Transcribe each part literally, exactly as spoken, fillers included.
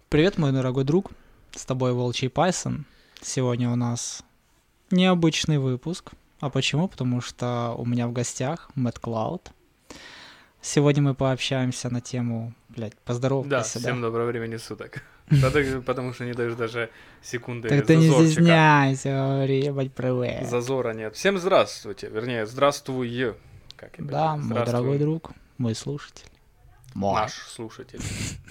Привет, мой дорогой друг, с тобой Волчий Пайсон. Сегодня у нас необычный выпуск. А почему? Потому что у меня в гостях Мэтт Клауд. Сегодня мы пообщаемся на тему, блядь, поздоровкайся, да? да? Всем доброго времени суток. Потому что не даешь даже секунды Так ты не зазорчика. стесняйся, говори, ебать, привет. Зазора нет. Всем здравствуйте, вернее, здравствуй. Как я Да, понимаю? мой дорогой друг, мой слушатель. Мой. Наш слушатель.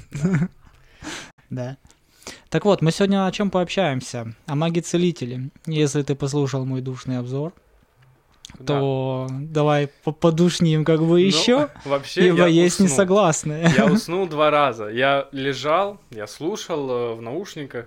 Да. Так вот, мы сегодня о чем пообщаемся? О маге-целителе. Если ты послушал мой душный обзор, то давай подушним как бы еще, вообще, ибо есть несогласные. Я уснул два раза. Я лежал, я слушал в наушниках,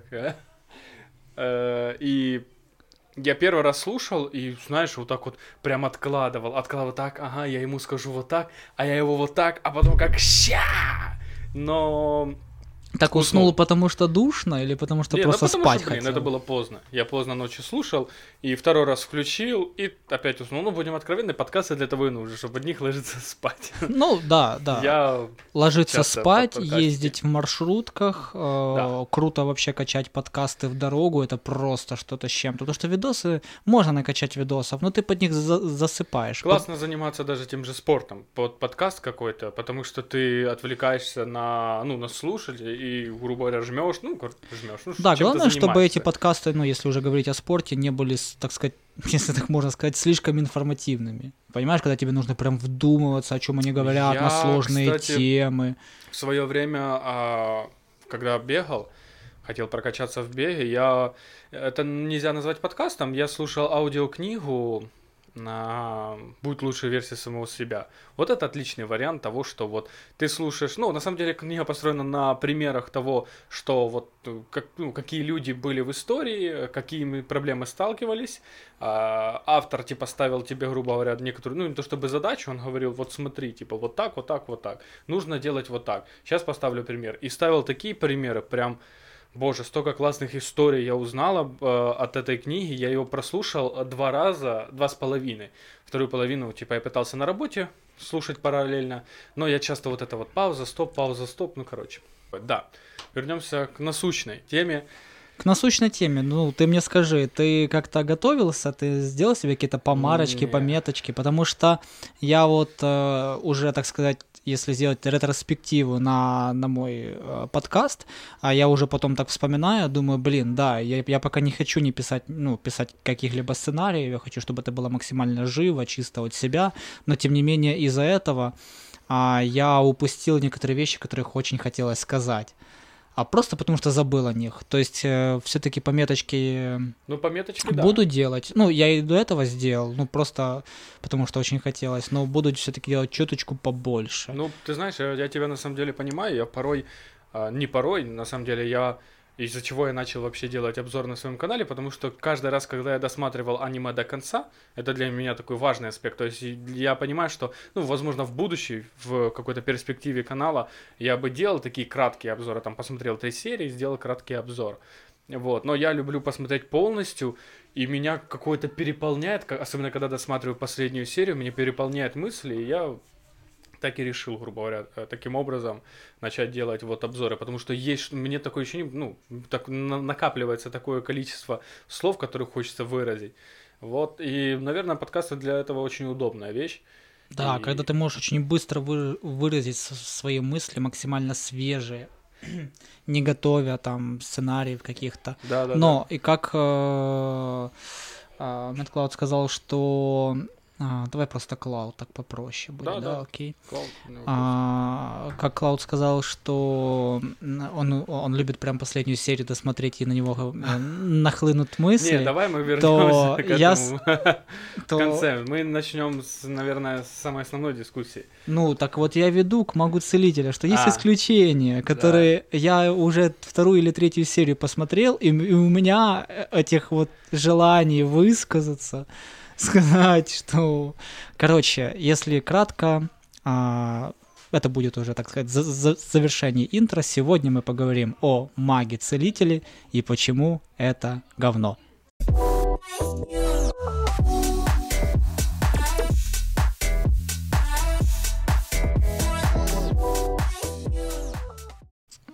и я первый раз слушал, и, знаешь, вот так вот прям откладывал, откладывал так, ага, я ему скажу вот так, а я его вот так, а потом как ща! Но... Так уснул, уснул потому что душно или потому что Нет, просто ну, потому спать что, блин, хотел? это было поздно. Я поздно ночью слушал, и второй раз включил, и опять уснул. Ну, будем откровенны, подкасты для того и нужны, чтобы под них ложиться спать. Ну, да, да. Я ложиться спать, ездить в маршрутках, э, да. Круто вообще качать подкасты в дорогу, это просто что-то с чем-то. Потому что видосы, можно накачать видосов, но ты под них за- засыпаешь. Классно под... заниматься даже тем же спортом, под подкаст какой-то, потому что ты отвлекаешься на, ну, на слушателей, и, грубо говоря, жмешь, ну, жмешь. Ну, да, главное, чтобы эти подкасты, ну, если уже говорить о спорте, не были, так сказать, если так можно сказать, слишком информативными. Понимаешь, когда тебе нужно прям вдумываться, о чем они говорят, Я, на сложные кстати, темы. В свое время, когда бегал, хотел прокачаться в беге, я это нельзя назвать подкастом, я слушал аудиокнигу на «Будь лучшей версией самого себя». Вот это отличный вариант того, что вот ты слушаешь... Ну, на самом деле, книга построена на примерах того, что вот как, ну, какие люди были в истории, какими проблемы сталкивались. А, автор, типа, ставил тебе, грубо говоря, некоторую... Ну, не то чтобы задачу, он говорил, вот смотри, типа, вот так, вот так, вот так. Нужно делать вот так. Сейчас поставлю пример. И ставил такие примеры, прям... Боже, столько классных историй я узнала э, от этой книги. Я ее прослушал два раза, два с половиной. Вторую половину, типа, я пытался на работе слушать параллельно, но я часто вот это вот пауза, стоп, пауза, стоп, ну, короче. Да, вернемся к насущной теме. К насущной теме, ну, ты мне скажи, ты как-то готовился, ты сделал себе какие-то помарочки, Нет. пометочки, потому что я вот э, уже, так сказать, если сделать ретроспективу на, на мой э, подкаст, а я уже потом так вспоминаю, думаю, блин, да, я, я пока не хочу не писать, ну, писать каких-либо сценариев, я хочу, чтобы это было максимально живо, чисто от себя, но тем не менее из-за этого а, я упустил некоторые вещи, которых очень хотелось сказать. А просто потому что забыл о них. То есть э, все-таки пометочки, ну, пометочки буду да. делать. Ну, я и до этого сделал, ну, просто потому что очень хотелось. Но буду все-таки делать чуточку побольше. Ну, ты знаешь, я, я тебя на самом деле понимаю. Я порой, а, не порой, на самом деле, я... Из-за чего я начал вообще делать обзор на своем канале, потому что каждый раз, когда я досматривал аниме до конца, это для меня такой важный аспект. То есть я понимаю, что, ну, возможно, в будущем, в какой-то перспективе канала я бы делал такие краткие обзоры, там, посмотрел три серии, сделал краткий обзор. Вот, но я люблю посмотреть полностью, и меня какое-то переполняет, особенно когда досматриваю последнюю серию, меня переполняет мысли, и я... так и решил, грубо говоря, таким образом начать делать вот обзоры, потому что есть, мне такое ощущение, ну, так накапливается такое количество слов, которые хочется выразить, вот, и, наверное, подкасты для этого очень удобная вещь. Да, и... когда ты можешь очень быстро вы... выразить свои мысли, максимально свежие, не готовя там сценариев каких-то, да, да, но да. и как э, э, Мэтт Клауд сказал, что А, давай просто Клауд, так попроще будет, да, да, да. окей. Клауд, а, как Клауд сказал, что он, он любит прям последнюю серию досмотреть, и на него нахлынут мысли. Не, давай мы вернемся к этому то... в конце. Мы начнем, с, наверное, с самой основной дискуссии. Ну, так вот я веду к Магу-целителя, что есть а, исключения, которые да. я уже вторую или третью серию посмотрел, и, и у меня этих вот желаний высказаться, сказать, что... Короче, если кратко, а, это будет уже, так сказать, за- за- завершение интро. Сегодня мы поговорим о маге-целителе и почему это говно.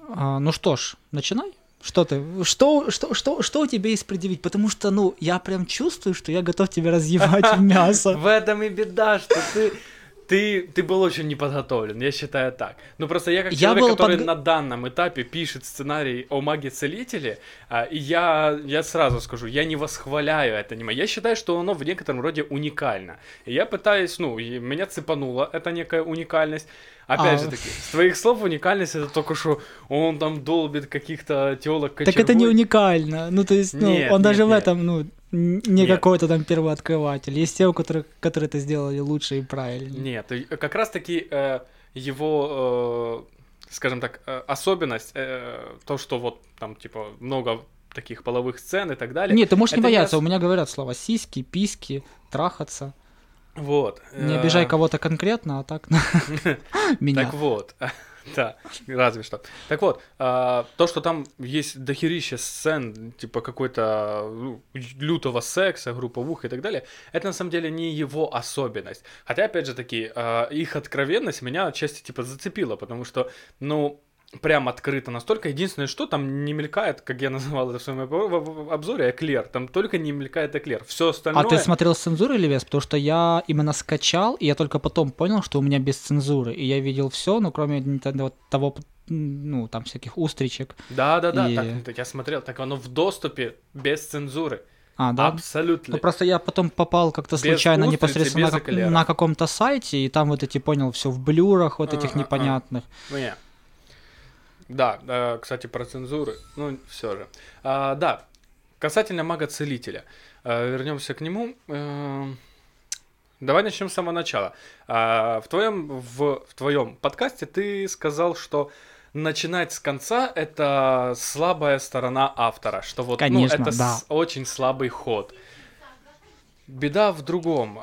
А, ну что ж, начинай. Что ты? Что, что, что, что тебе есть предъявить? Потому что, ну, я прям чувствую, что я готов тебя разъебать в мясо. В этом и беда, что ты... Ты, ты был очень неподготовлен, я считаю так. Ну просто я как Я человек, был который подго- на данном этапе пишет сценарий о маге-целителе, а, и я, я сразу скажу, я не восхваляю это аниме. Я считаю, что оно в некотором роде уникально. И я пытаюсь, ну, и меня цепануло, это некая уникальность. Опять А. же таки, с твоих слов уникальность это только что он там долбит каких-то телок кочергой. Так это не уникально. Ну, то есть, ну, Нет, он нет, даже в нет. этом, ну, н- не Нет. какой-то там первооткрыватель. Есть те, у которых, которые это сделали лучше и правильнее. Нет, и как раз-таки э, его, э, скажем так, э, особенность, э, то, что вот там, типа, много таких половых сцен и так далее. Нет, ты можешь не это бояться, ос- у меня говорят слова сиськи, письки, трахаться. Вот. Не э, обижай кого-то конкретно, а так меня. Так вот, да, разве что. Так вот, а, то, что там есть дохерища сцен, типа какой-то ну, лютого секса, групповух и так далее, это на самом деле не его особенность. Хотя, опять же таки, а, их откровенность меня отчасти типа зацепила, потому что, ну, прям открыто настолько. Единственное, что там не мелькает, как я называл это в своем об- обзоре, эклер. Там только не мелькает эклер. Все А остальное... ты смотрел с цензурой или без? Потому что я именно скачал, и я только потом понял, что у меня без цензуры. И я видел все, ну, кроме вот того, ну, там всяких устричек. Да-да-да, И- так, так я смотрел, так оно в доступе без цензуры. А, да? Абсолютно. Ну, просто я потом попал как-то Без случайно устрицы, непосредственно без на, как- эклера. на каком-то сайте, и там вот эти, понял, все в блюрах вот этих А-а-а. непонятных. Не. Да, э, кстати, про цензуры. Ну, все же. А, да, касательно мага-целителя. Э, вернемся к нему. Э, давай начнем с самого начала. А, в твоем в, в твоем подкасте ты сказал, что начинать с конца это слабая сторона автора, что вот Конечно, ну, это да. с- очень слабый ход. Беда в другом.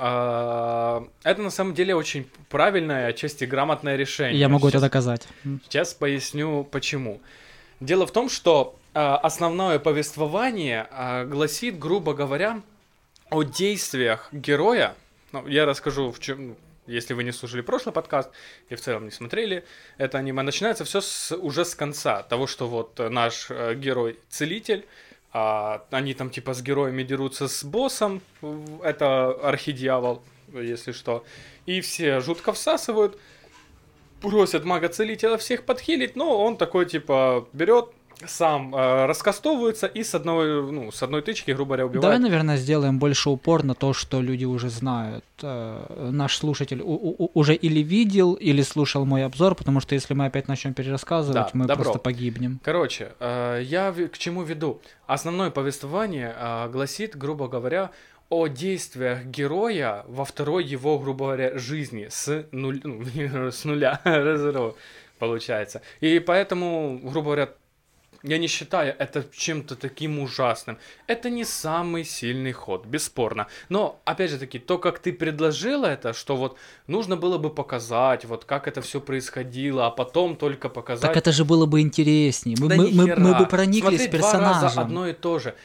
А, это на самом деле очень правильное, отчасти грамотное решение. Я могу это Сейчас- доказать. М. Сейчас поясню почему. Дело в том, что а, основное повествование а, гласит, грубо говоря, о действиях героя. Ну, я расскажу, в чем, если вы не слушали прошлый подкаст и в целом не смотрели это аниме. Начинается все с, уже с конца того, что вот э, наш э, герой целитель. А, они там типа с героями дерутся с боссом, в- это архидьявол, если что, и все жутко всасывают, просят мага-целителя всех подхилить, но он такой типа берет, сам э, раскастовывается и с одной, ну, с одной тычки, грубо говоря, убивает. Давай, наверное, сделаем больше упор на то, что люди уже знают. Э, Наш слушатель у- у- уже или видел, или слушал мой обзор, потому что если мы опять начнем перерассказывать, Да, мы добро. просто погибнем. Короче, э, я в- к чему веду? Основное повествование э, гласит, грубо говоря, о действиях героя во второй его, грубо говоря, жизни с, нуль, ну, с нуля, РЗРО, получается. И поэтому, грубо говоря, я не считаю это чем-то таким ужасным. Это не самый сильный ход, бесспорно. Но, опять же таки, то, как ты предложила это, что вот нужно было бы показать, вот как это все происходило, а потом только показать. Так это же было бы интереснее. Мы, Да мы, мы, нихера. мы бы прониклись Смотреть два раза персонажем. одно и то же.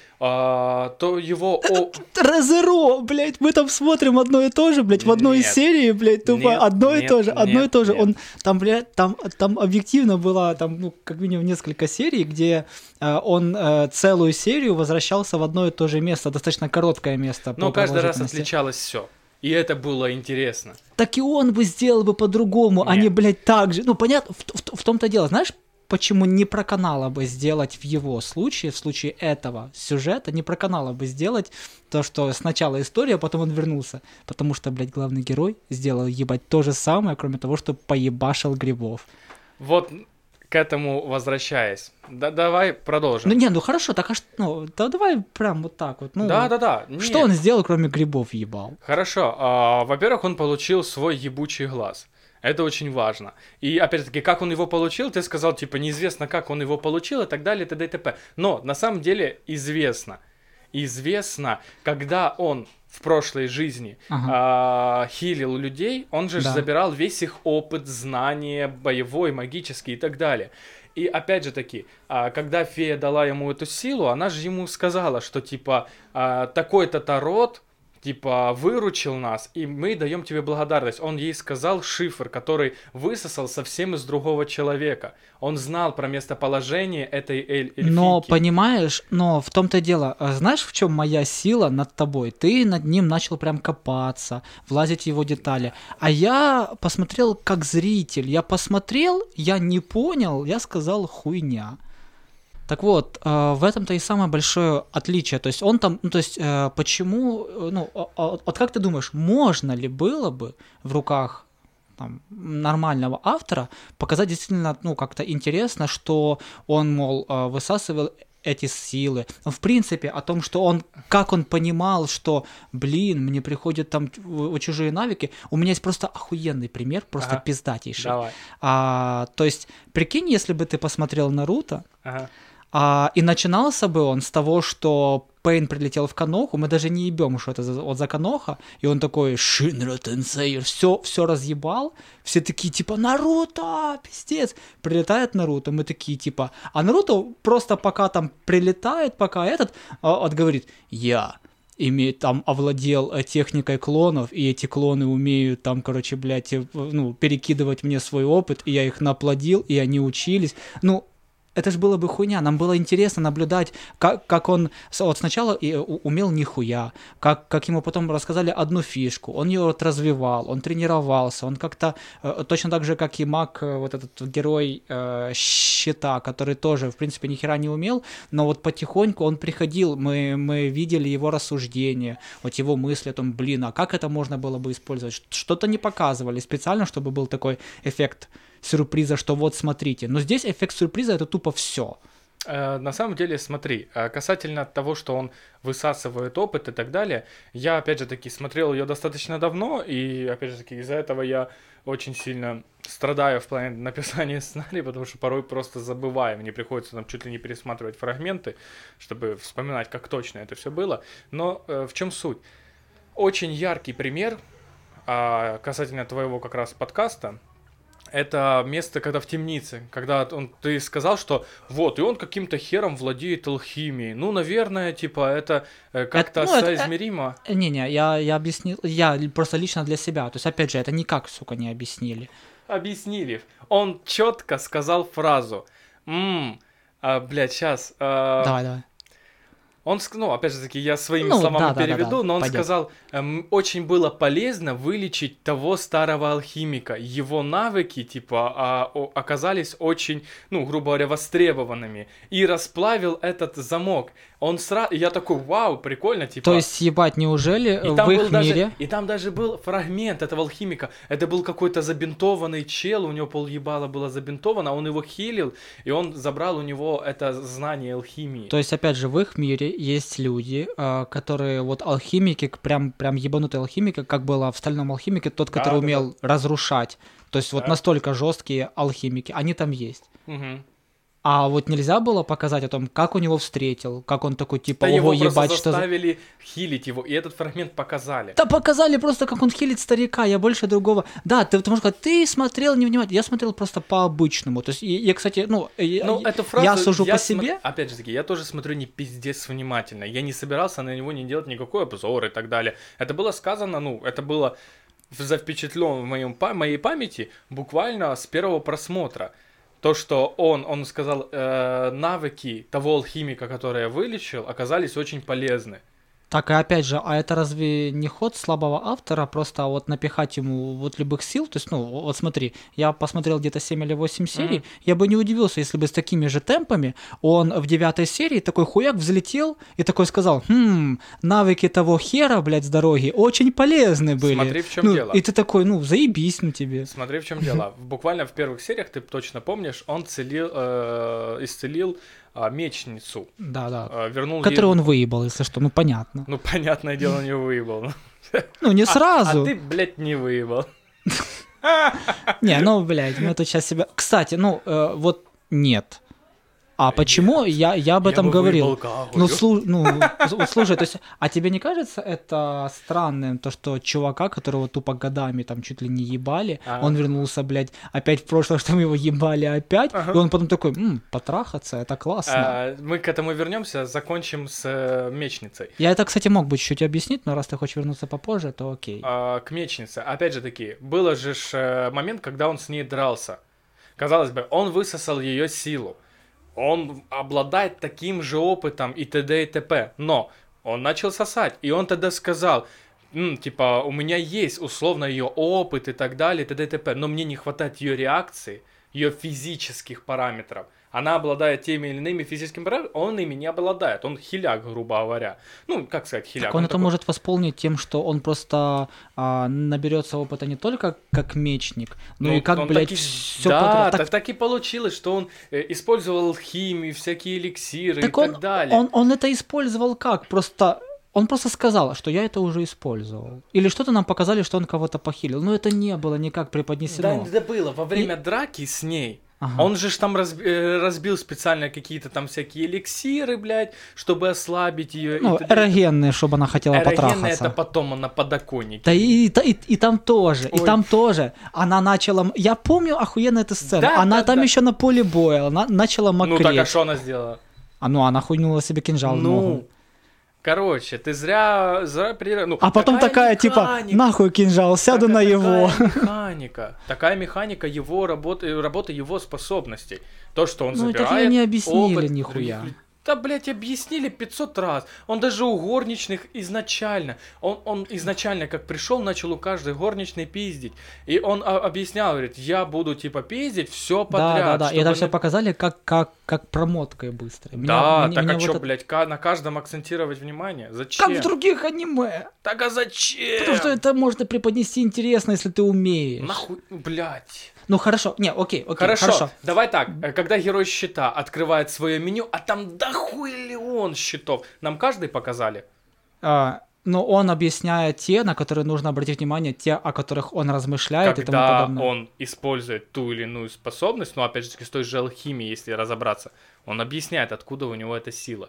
А, то его... о- Резеро, блядь, мы там смотрим одно и то же, блядь, в одной из Нет. серий, блядь, тупо Нет, одно и нет, то же, одно нет, и то же. нет. Он там, блядь, там, там объективно было, там, ну, как минимум несколько серий, где э, он э, целую серию возвращался в одно и то же место, достаточно короткое место. Но по каждый раз продолжительности. отличалось все. И это было интересно. Так и он бы сделал бы по-другому, а Нет. не, блядь, так же. Ну, понятно, в, в- в том-то дело. Знаешь, почему не проканало бы сделать в его случае, в случае этого сюжета, не проканало бы сделать то, что сначала история, а потом он вернулся. Потому что, блядь, главный герой сделал ебать то же самое, кроме того, что поебашил грибов. Вот к этому возвращаясь. Да, давай продолжим. Ну, не, ну хорошо, так а что, ну, да давай прям вот так вот. Ну, Да-да-да. что нет. он сделал, кроме грибов ебал? Хорошо. а, во-первых, он получил свой ебучий глаз. Это очень важно. И, опять-таки, как он его получил, ты сказал, типа, неизвестно, как он его получил и так далее, и т.д. и т.п. Но, на самом деле, известно. Известно, когда он в прошлой жизни Ага. а, хилил людей, он же ж Да. забирал весь их опыт, знания, боевой, магический и так далее. И опять же таки, а, когда фея дала ему эту силу, она же ему сказала, что типа а, такой-то род типа, выручил нас, и мы даем тебе благодарность. Он ей сказал шифр, который высосал совсем из другого человека. Он знал про местоположение этой эль- эльфийки. Но, понимаешь, но в том-то и дело, а знаешь, в чем моя сила над тобой? Ты над ним начал прям копаться, влазить в его детали. А я посмотрел как зритель. Я посмотрел, я не понял, я сказал хуйня. Так вот, э, в этом-то и самое большое отличие. То есть он там, ну то есть э, почему, э, ну, а- а- вот как ты думаешь, можно ли было бы в руках там, нормального автора показать действительно, ну, как-то интересно, что он, мол, э, высасывал эти силы. В принципе, о том, что он, как он понимал, что, блин, мне приходят там в- в чужие навыки. У меня есть просто охуенный пример, просто Ага. пиздатейший. Давай. А, то есть, прикинь, если бы ты посмотрел Наруто, Ага. а, и начинался бы он с того, что Пейн прилетел в Каноху, мы даже не ебем, что это за, вот за Каноха, и он такой, Шинра Тенсей, все, все разъебал, все такие, типа, Наруто, пиздец, прилетает Наруто, мы такие, типа, а Наруто просто пока там прилетает, пока этот, а, вот говорит, я имеет, там, овладел э, техникой клонов, и эти клоны умеют там, короче, блядь, э, ну, перекидывать мне свой опыт, и я их наплодил, и они учились, ну, это же было бы хуйня, нам было интересно наблюдать, как, как он с- вот сначала и у- умел нихуя, как, как ему потом рассказали одну фишку, он ее вот развивал, он тренировался, он как-то, э, точно так же, как и маг, э, вот этот вот герой э, щита, который тоже, в принципе, ни хера не умел, но вот потихоньку он приходил, мы, мы видели его рассуждения, вот его мысли о том, блин, а как это можно было бы использовать, Ш- что-то не показывали специально, чтобы был такой эффект сюрприза, что вот смотрите. Но здесь эффект сюрприза это тупо все. Э, На самом деле, смотри, э, касательно того, что он высасывает опыт и так далее, я, опять же таки, смотрел ее достаточно давно, и, опять же таки, из-за этого я очень сильно страдаю в плане написания сценария, потому что порой просто забываю, мне приходится там чуть ли не пересматривать фрагменты, чтобы вспоминать, как точно это все было. Но э, в чем суть? Очень яркий пример а, касательно твоего как раз подкаста. Это место, когда в темнице, когда он, ты сказал, что вот, и он каким-то хером владеет алхимией. Ну, наверное, типа, это э, как-то Это- ну, это- соизмеримо. Не-не, я, я объяснил, я просто лично для себя. То есть, опять же, это никак, сука, не объяснили. Объяснили. Он четко сказал фразу. Ммм, а, блядь, сейчас. Давай, давай. Он, ск- ну, опять же таки, я своими Ну, словами да, да, да, переведу, да, но он пойдёт. сказал, эм, очень было полезно вылечить того старого алхимика. Его навыки, типа, а, о- оказались очень, ну, грубо говоря, востребованными. И расплавил этот замок. Он сразу... Я такой, вау, прикольно, типа... То есть, ебать, неужели И в там, был их даже, мире... и там даже был фрагмент этого алхимика. Это был какой-то забинтованный чел, у него полъебала было забинтовано, он его хилил, и он забрал у него это знание алхимии. То есть, опять же, в их мире есть люди, э, которые вот алхимики, к- прям, прям ебанутые алхимики, как было в «Стальном алхимике», тот, Да, который да, умел разрушать. То есть, вот Да. настолько жесткие алхимики, они там есть. Мгм. А вот нельзя было показать о том, как он его встретил, как он такой, типа, Да ого, его просто ебать, что за... заставили хилить его, и этот фрагмент показали. Да показали просто, как он хилит старика, я больше другого... Да, ты, ты можешь сказать, ты смотрел невнимательно, я смотрел просто по-обычному. То есть, я, я, кстати, ну, я, Ну, эту фразу я сужу по смо- себе. Опять же таки, я тоже смотрю не пиздец внимательно. Я не собирался на него не делать никакой обзор и так далее. Это было сказано, ну, это было запечатлено в моем, па- моей памяти буквально с первого просмотра. То, что он, он сказал, э, навыки того алхимика, который я вылечил, оказались очень полезны. Так, и опять же, а это разве не ход слабого автора, просто вот напихать ему вот любых сил? То есть, ну, вот смотри, я посмотрел где-то семь или восемь серий, Мгм. я бы не удивился, если бы с такими же темпами он в девятой серии такой хуяк взлетел и такой сказал, хм, навыки того хера, блядь, с дороги очень полезны были. Смотри, в чем Ну, дело. И ты такой, ну, заебись, ну тебе. Смотри, в чем дело. Буквально в первых сериях, ты точно помнишь, он целил, э, исцелил а, мечницу. Да-да. Э, вернул Который ей- он выебал, если что, ну, понятно. Ну, понятное дело, не выебал. Ну, не А- сразу. А, ты, блядь, не выебал. Не, ну, блядь, мы тут сейчас себя... Кстати, ну, э, вот нет. А почему? Я, я об этом бы говорил. выебал Кагую. Ну, слу- ну, с- слушай, то есть, а тебе не кажется это странным, то, что чувака, которого тупо годами там чуть ли не ебали, Ага. он вернулся, блядь, опять в прошлое, чтобы его ебали опять, Ага. и он потом такой, м, потрахаться, это классно. А, мы к этому вернемся, закончим с э, мечницей. Я это, кстати, мог бы чуть-чуть объяснить, но раз ты хочешь вернуться попозже, то окей. А, к мечнице. Опять же таки, было же ж, э, момент, когда он с ней дрался. Казалось бы, он высосал ее силу. Он обладает таким же опытом и т.д. и т.п. Но он начал сосать, и он тогда сказал, «М, типа, у меня есть условно ее опыт и так далее, т.д. и т.п. Но мне не хватает ее реакции, ее физических параметров. Она обладает теми или иными физическими параметрами, он ими не обладает. Он хиляк, грубо говоря. Ну, как сказать, хиляк. Так он, он это такой- может восполнить тем, что он просто а, наберется опыта не только как мечник, но Ну, и как, он блядь, так и- все Да, так, так, так и получилось, что он э, использовал химию, всякие эликсиры так и он, так далее. он, он это использовал как? Просто он просто сказал, что я это уже использовал. Или что-то нам показали, что он кого-то похилил. Но это не было никак преподнесено. Да, это было во время драки с ней. Ага. Он же ж там раз- э, разбил специально какие-то там всякие эликсиры, блядь, чтобы ослабить ее. Ну, эрогенные, чтобы она хотела потрахаться. это потом он на подоконнике. Да и, и, и, и там тоже, и Ой. там тоже. Она начала... м- Я помню охуенно эту сцену. Да, она да, там да. еще на поле боя, она начала Ну мокреть. так а что она сделала? А ну, она хуйнула себе кинжал в ногу. Ну, короче, ты зря, зря при... ну, А потом такая, типа, механика. нахуй кинжал, сяду Так, на такая его. механика. Такая механика его работы, работы его способностей. То, что он Ну, это забирает. тебе не объяснили опыт нихуя. других людей. Да, блядь, объяснили пятьсот раз. Он даже у горничных изначально. Он, он изначально, как пришел, начал у каждой горничной пиздить. И он а, объяснял, говорит, я буду, типа, пиздить все подряд. Да, да, да. И чтобы это все на- показали как, как, как промоткой быстро. Меня- Да, меня- так меня а вот что, это- блядь, ка- на каждом акцентировать внимание? Зачем? Как в других аниме. Так а зачем? Потому что это можно преподнести интересно, если ты умеешь. Нахуй, блядь. Ну хорошо, не, окей, окей, Хорошо. хорошо. Давай так, э, когда герой щита открывает свое меню, а там дохуиллион щитов, нам каждый показали? А, но он объясняет те, на которые нужно обратить внимание, те, о которых он размышляет и тому Когда подобное. он использует ту или иную способность, ну опять же таки с той же алхимией, если разобраться, он объясняет, откуда у него эта сила.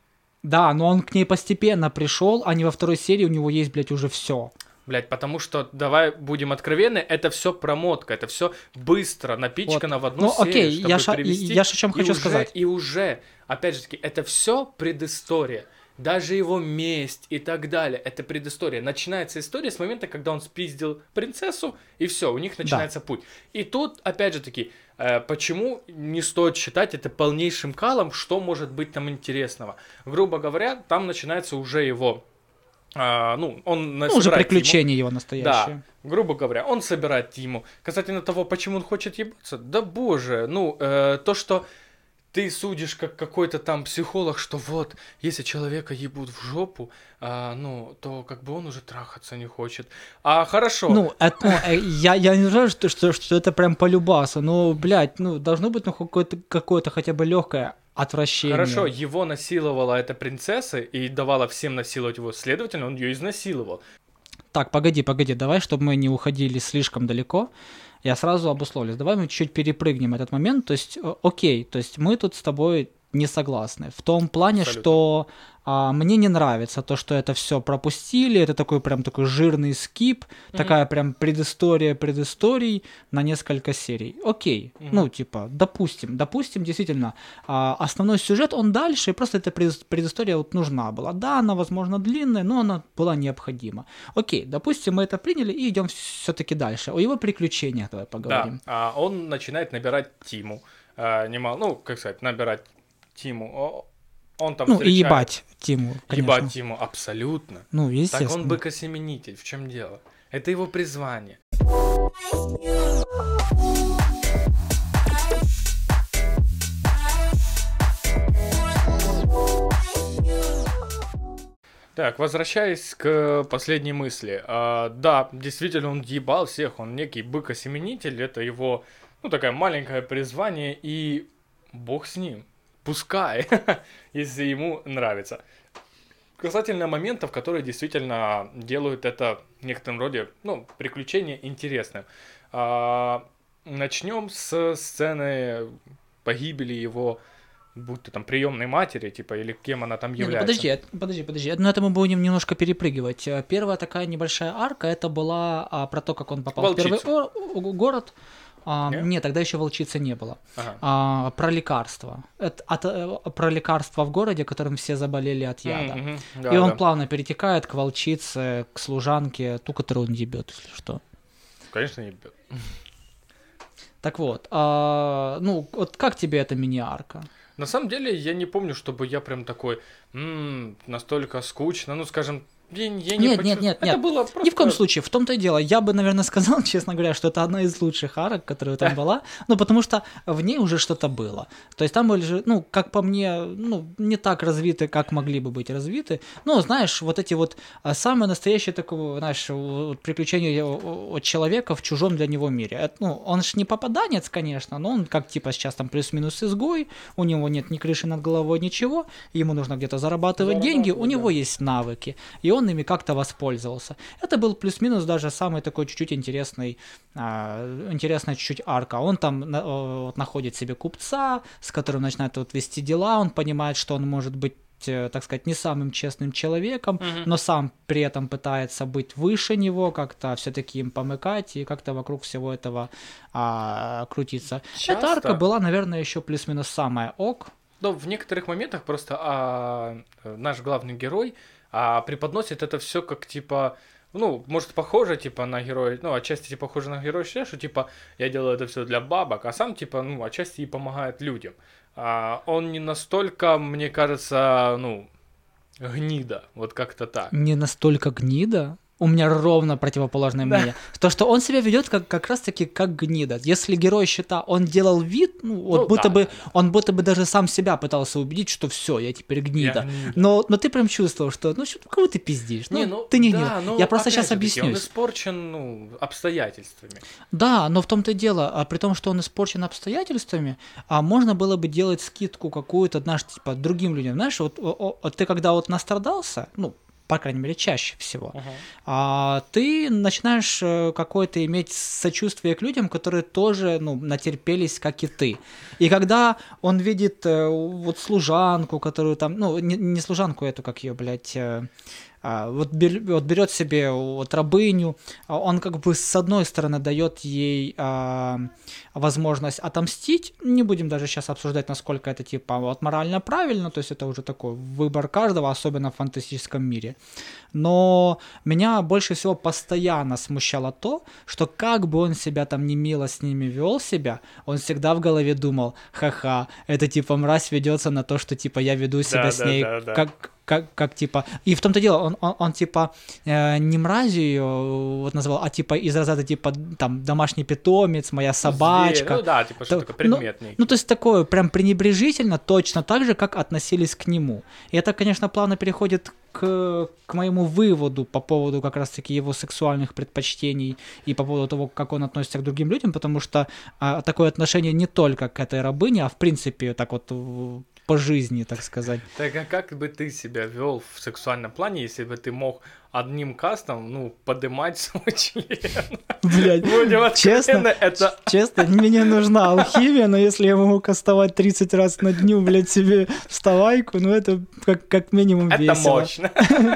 Да, но он к ней постепенно пришел, а не во второй серии у него есть, блядь, уже все. Блять, потому что, давай будем откровенны, это все промотка, это все быстро напичкано Вот. в одну Ну, серию, окей, чтобы я ша- привести. я ж о чём И хочу уже- сказать. И уже, опять же таки, это все предыстория. Даже его месть и так далее, это предыстория. Начинается история с момента, когда он спиздил принцессу, и все, у них начинается путь. И тут, опять же таки, э, почему не стоит считать это полнейшим калом, что может быть там интересного? Грубо говоря, там начинается уже его... а, ну, он на- Ну, уже собирает приключения его Тиму. настоящие. Да, грубо говоря, он собирает Тиму. Касательно того, почему он хочет ебаться, да боже, ну, э, то, что ты судишь как какой-то там психолог, что вот, если человека ебут в жопу, а, ну, то как бы он уже трахаться не хочет. А хорошо. Ну, это, ну, э, я, я не знаю, что, что, что это прям по любасу, но, блядь, ну, должно быть ну, какое-то, какое-то хотя бы легкое отвращение. Хорошо, его насиловала эта принцесса и давала всем насиловать его, следовательно, он ее изнасиловал. Так, погоди, погоди, давай, чтобы мы не уходили слишком далеко, я сразу обусловлюсь. Давай мы чуть-чуть перепрыгнем этот момент. То есть, э, окей, то есть мы тут с тобой не согласны. В том плане, Абсолютно. что а, мне не нравится то, что это все пропустили. Это такой прям такой жирный скип, Мгм. такая прям предыстория предысторий на несколько серий. Окей, Мгм. ну типа, допустим, допустим, действительно, а, основной сюжет, он дальше, и просто эта предыс- предыстория вот нужна была. Да, она, возможно, длинная, но она была необходима. Окей, допустим, мы это приняли и идем все-таки дальше. О его приключениях давай поговорим. Да, а он начинает набирать Тиму. А, немало, ну, как сказать, набирать Тиму. О, Он там Ну и встречает- ебать Тиму, конечно. Ебать Тиму, абсолютно. Ну, Так естественно. он быкосеменитель, в чем дело? Это его призвание. Так, возвращаясь к последней мысли. А, да, действительно, он ебал всех, он некий быкосеменитель, это его, ну, такое маленькое призвание, и бог с ним. Пускай, если ему нравится. Касательно моментов, которые действительно делают это в некотором роде, ну, приключение интересным. А, начнем с сцены погибели его будь то там приемной матери, типа, или кем она там Не, ну является. подожди, подожди, подожди. Но это мы будем немножко перепрыгивать. Первая такая небольшая арка, это была а, про то, как он попал Волчицу. в первый о- город. А, Не? нет, тогда еще волчицы не было. Ага. А, про лекарства. Это, от, э, про лекарства в городе, которым все заболели от яда. М, мгм. И Да, он да. плавно перетекает к волчице, к служанке, ту, которую он ебет, если что. Конечно, не бьет. Так вот, а, ну, вот как тебе эта мини-арка? На самом деле, я не помню, чтобы я прям такой, «М, настолько скучно, ну, скажем, я, я не Нет, нет, почувствовал». нет, Это нет. было просто... Ни в коем случае, в том-то и дело. Я бы, наверное, сказал, честно говоря, что это одна из лучших арок, которая там была, ну, потому что в ней уже что-то было. То есть там были же, ну, как по мне, ну, не так развиты, как могли бы быть развиты. Ну, знаешь, вот эти вот а, самые настоящие, такого, знаешь, вот приключения о- от человека в чужом для него мире. Это, ну, он же не попаданец, конечно, но он как типа сейчас там плюс-минус изгой, у него нет ни крыши над головой, ничего, ему нужно где-то зарабатывать деньги, у Зарабатывать, него да. есть навыки, и он ими как-то воспользовался. Это был плюс-минус даже самый такой чуть-чуть интересный, а, интересная чуть-чуть арка. Он там на- о, вот находит себе купца, с которым начинает вот вести дела, он понимает, что он может быть, э, так сказать, не самым честным человеком, Мгм. но сам при этом пытается быть выше него, как-то все-таки им помыкать и как-то вокруг всего этого а, крутиться. Эта арка Часто. была, наверное, еще плюс-минус самая ок. Но в некоторых моментах просто а, э, наш главный герой а, преподносит это все как типа, ну, может, похоже, типа, на героя, ну, отчасти типа, похоже на героя, что типа я делаю это все для бабок, а сам типа, ну, отчасти и помогает людям. А, он не настолько, мне кажется, ну, гнида, вот как-то так. Не настолько гнида. У меня ровно противоположное Да. мнение. То, что он себя ведет как, как раз-таки как гнида. Если герой щита, он делал вид, ну, вот Ну, будто да, бы, да, да. он будто бы даже сам себя пытался убедить, что все, я теперь гнида. Я гнида. Но, но ты прям чувствовал, что, ну, что, кого ты пиздишь? Ну, Не, ну, ты не да, гнида. но Я просто опять сейчас же таки, Он объяснюсь. испорчен, ну, обстоятельствами. Да, но в том-то и дело, а при том, что он испорчен обстоятельствами, а можно было бы делать скидку какую-то, знаешь, типа, другим людям. Знаешь, вот о- о- ты когда вот настрадался, ну, по крайней мере, чаще всего, а, ты начинаешь э, какое-то иметь сочувствие к людям, которые тоже, ну, натерпелись, как и ты. И когда он видит э, вот служанку, которую там, ну, не, не служанку эту, как ее, блядь, э, а, вот, бер- вот берет себе вот рабыню, а он как бы с одной стороны дает ей а, возможность отомстить, не будем даже сейчас обсуждать, насколько это типа вот морально правильно, то есть это уже такой выбор каждого, особенно в фантастическом мире. Но меня больше всего постоянно смущало то, что как бы он себя там не мило с ними вел себя, он всегда в голове думал, ха-ха, это типа мразь ведется на то, что типа я веду себя Да, с да, ней да, да. как как, как типа... И в том-то дело, он, он, он типа э, не мразью ее вот называл, а типа из разряда типа там домашний питомец, моя собачка. Зверь, ну да, типа что То- такое, предмет некий. Ну, то есть такое прям пренебрежительно, точно так же, как относились к нему. И это, конечно, плавно переходит к, к моему выводу по поводу как раз-таки его сексуальных предпочтений и по поводу того, как он относится к другим людям, потому что а, такое отношение не только к этой рабыне, а в принципе так вот в- по жизни, так сказать. Так а как бы ты себя вел в сексуальном плане, если бы ты мог одним кастом, ну, подымать свой член? Блядь, Будем честно, откровенны, это... честно, мне нужна алхимия, но если я могу кастовать тридцать раз на дню, блядь, себе вставайку, ну это как, как минимум Это весело. мощно.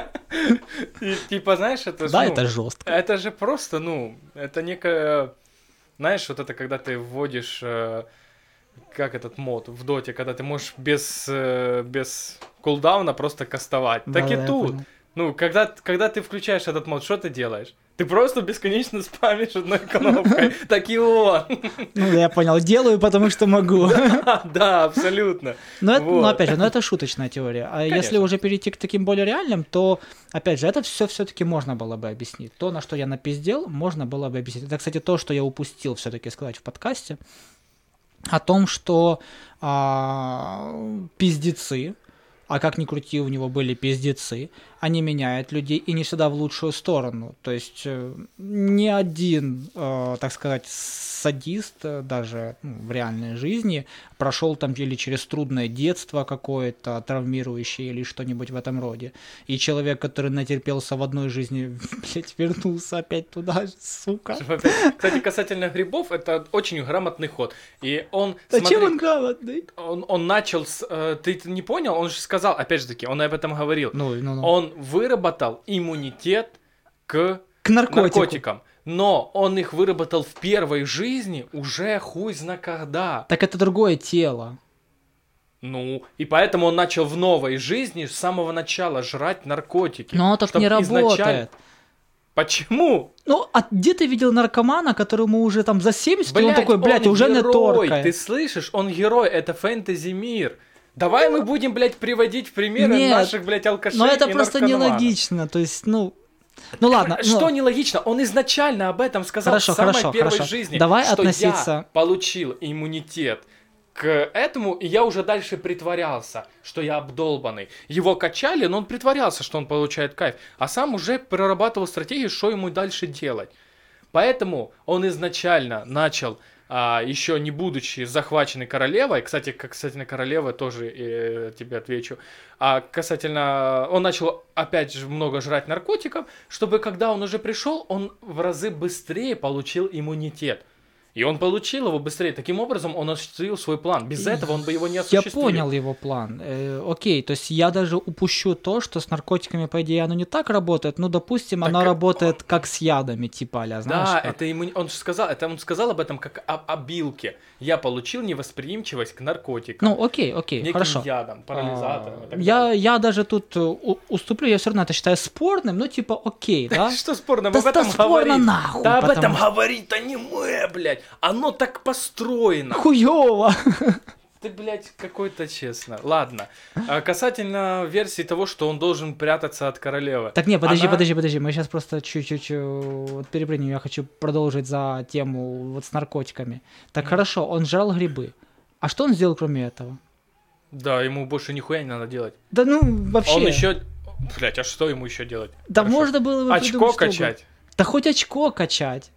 И, типа, знаешь, это ж, Да, ну, это жестко. это же просто, ну, это некая... Знаешь, вот это когда ты вводишь... э, Как этот мод в доте, когда ты можешь без, э, без кулдауна просто кастовать. Да, Так и да, я тут. понял. Ну, когда, когда ты включаешь этот мод, что ты делаешь? Ты просто бесконечно спамишь одной кнопкой. Так и он. Ну, я понял, делаю, потому что могу. Да, абсолютно. Но, это, ну, Вот. опять же, ну, это шуточная теория. А если Конечно. уже перейти к таким более реальным, то, опять же, это все все-таки можно было бы объяснить. То, на что я напиздел, можно было бы объяснить. Это, кстати, то, что я упустил все-таки сказать в подкасте, о том, что а, пиздецы, а как ни крути, у него были пиздецы, они меняют людей и не всегда в лучшую сторону. То есть э, ни один, э, так сказать, садист, э, даже ну, в реальной жизни, прошел там или через трудное детство какое-то, травмирующее или что-нибудь в этом роде. И человек, который натерпелся в одной жизни, блядь, вернулся опять туда же, сука. Кстати, касательно грибов, это очень грамотный ход. И он, Зачем смотри, он грамотный? Он, он начал с... Э, ты не понял? Он же сказал, опять же таки, он об этом говорил. Ну, ну, ну. Он выработал иммунитет к, К наркотику. наркотикам. Но он их выработал в первой жизни уже хуй зна когда. Так это другое тело. Ну, и поэтому он начал в новой жизни с самого начала жрать наркотики. Но так Чтоб не работает. изначально... Почему? Ну, а где ты видел наркомана, которому уже там за семьдесят, Блядь, и он такой, блядь, он уже не герой, торкает. ты слышишь? Он герой, это фэнтези-мир. Давай мы будем, блядь, приводить в примеры Нет, наших, блядь, алкашей но это и просто наркоманов. нелогично, то есть, ну... Ну ладно. Что ну... нелогично? Он изначально об этом сказал Хорошо, в самой хорошо, первой хорошо. жизни, Давай что относиться... я получил иммунитет к этому, и я уже дальше притворялся, что я обдолбанный. Его качали, но он притворялся, что он получает кайф, а сам уже прорабатывал стратегию, что ему дальше делать. Поэтому он изначально начал, а, еще не будучи захваченной королевой, кстати, касательно королевы тоже э, тебе отвечу, а касательно, он начал опять же много жрать наркотиков, чтобы когда он уже пришел, он в разы быстрее получил иммунитет. И он получил его быстрее. Таким образом, он осуществил свой план. Без этого он бы его не осуществил. Я понял его план. Э, окей, то есть я даже упущу то, что с наркотиками, по идее, оно не так работает. Ну, допустим, так оно как... работает как с ядами, типа, а знаешь? Да, как? это ему... он же сказал, это он сказал об этом как о обилке. Я получил невосприимчивость к наркотикам. Ну, окей, окей, неким хорошо. ядом, парализатором и так я, далее. я даже тут у, уступлю, я все равно это считаю спорным, ну, типа, окей, да? Что спорно? Да Об этом спорно говорит. нахуй, Да об этом что... говорит аниме, блядь. Оно так построено. Хуёво. Ты, блядь, какой-то честно. Ладно. А касательно версии того, что он должен прятаться от королевы. Так не, подожди, Она... подожди, подожди. Мы сейчас просто чуть-чуть вот перепрыгнем. Я хочу продолжить за тему вот с наркотиками. Так mm. хорошо, он жрал грибы. А что он сделал кроме этого? Да, ему больше нихуя не надо делать. Да ну, вообще. Он еще... Блядь, а что ему еще делать? Да Хорошо. можно было бы очко качать. Что да хоть очко качать.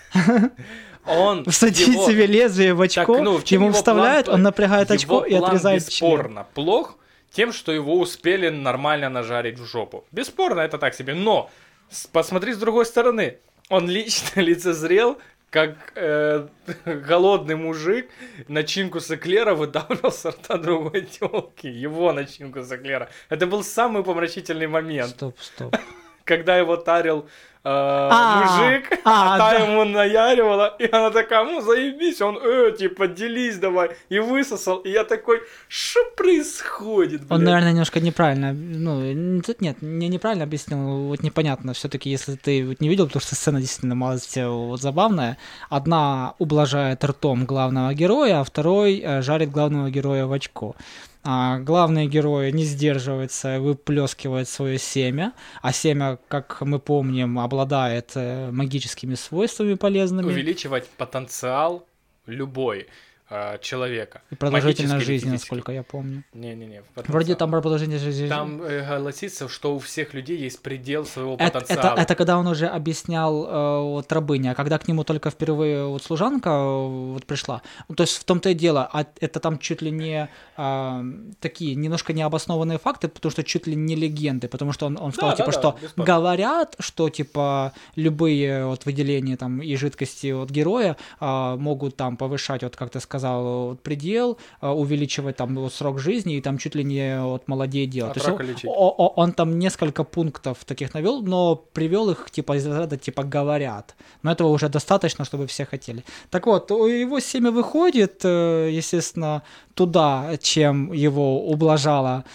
Он всадить его... себе лезвие в очко, так, ну, в ему его вставляет, план... он напрягает его очко и план отрезает бесспорно член. Плох тем, что его успели нормально нажарить в жопу. Бесспорно, это так себе. Но посмотри с другой стороны. Он лично лицезрел, как э, голодный мужик начинку с эклера выдавливал с рта другой тёлки. Его начинку с эклера. Это был самый помрачительный момент. Стоп, стоп. Когда его тарил э, мужик, а, а та да. ему наяривала, и она такая, ну заебись, он, э, типа, делись давай, и высосал, и я такой, что происходит, блядь? Он, наверное, немножко неправильно, ну, тут нет, не неправильно объяснил, вот непонятно, все-таки, если ты вот не видел, потому что сцена действительно малость вот забавная, одна ублажает ртом главного героя, а второй э, жарит главного героя в очко. А главный герой не сдерживается, выплескивает свое семя, а семя, как мы помним, обладает э, магическими свойствами полезными. Увеличивать потенциал любой э, человека. И продолжительность жизни, насколько я помню. Не-не-не. Вроде там про продолжительность жизни. Там э, гласится, что у всех людей есть предел своего это, потенциала. Это, это когда он уже объяснял э, вот рабыне, а когда к нему только впервые вот служанка э, вот пришла, ну, то есть в том-то и дело, а это там чуть ли не э, такие немножко необоснованные факты, потому что чуть ли не легенды, потому что он, он сказал, да, типа, да, что да, говорят, что типа любые вот выделения там и жидкости от героя э, могут там повышать, вот как ты сказал, вот, предел, э, увеличивать там вот, срок жизни и там чуть ли не от молодей делать. От рака лечить. Он, он, он там несколько пунктов таких навел, но привел их типа из ряда типа говорят. Но этого уже достаточно, чтобы все хотели. Так вот, его семя выходит, естественно, туда, чем его ублажала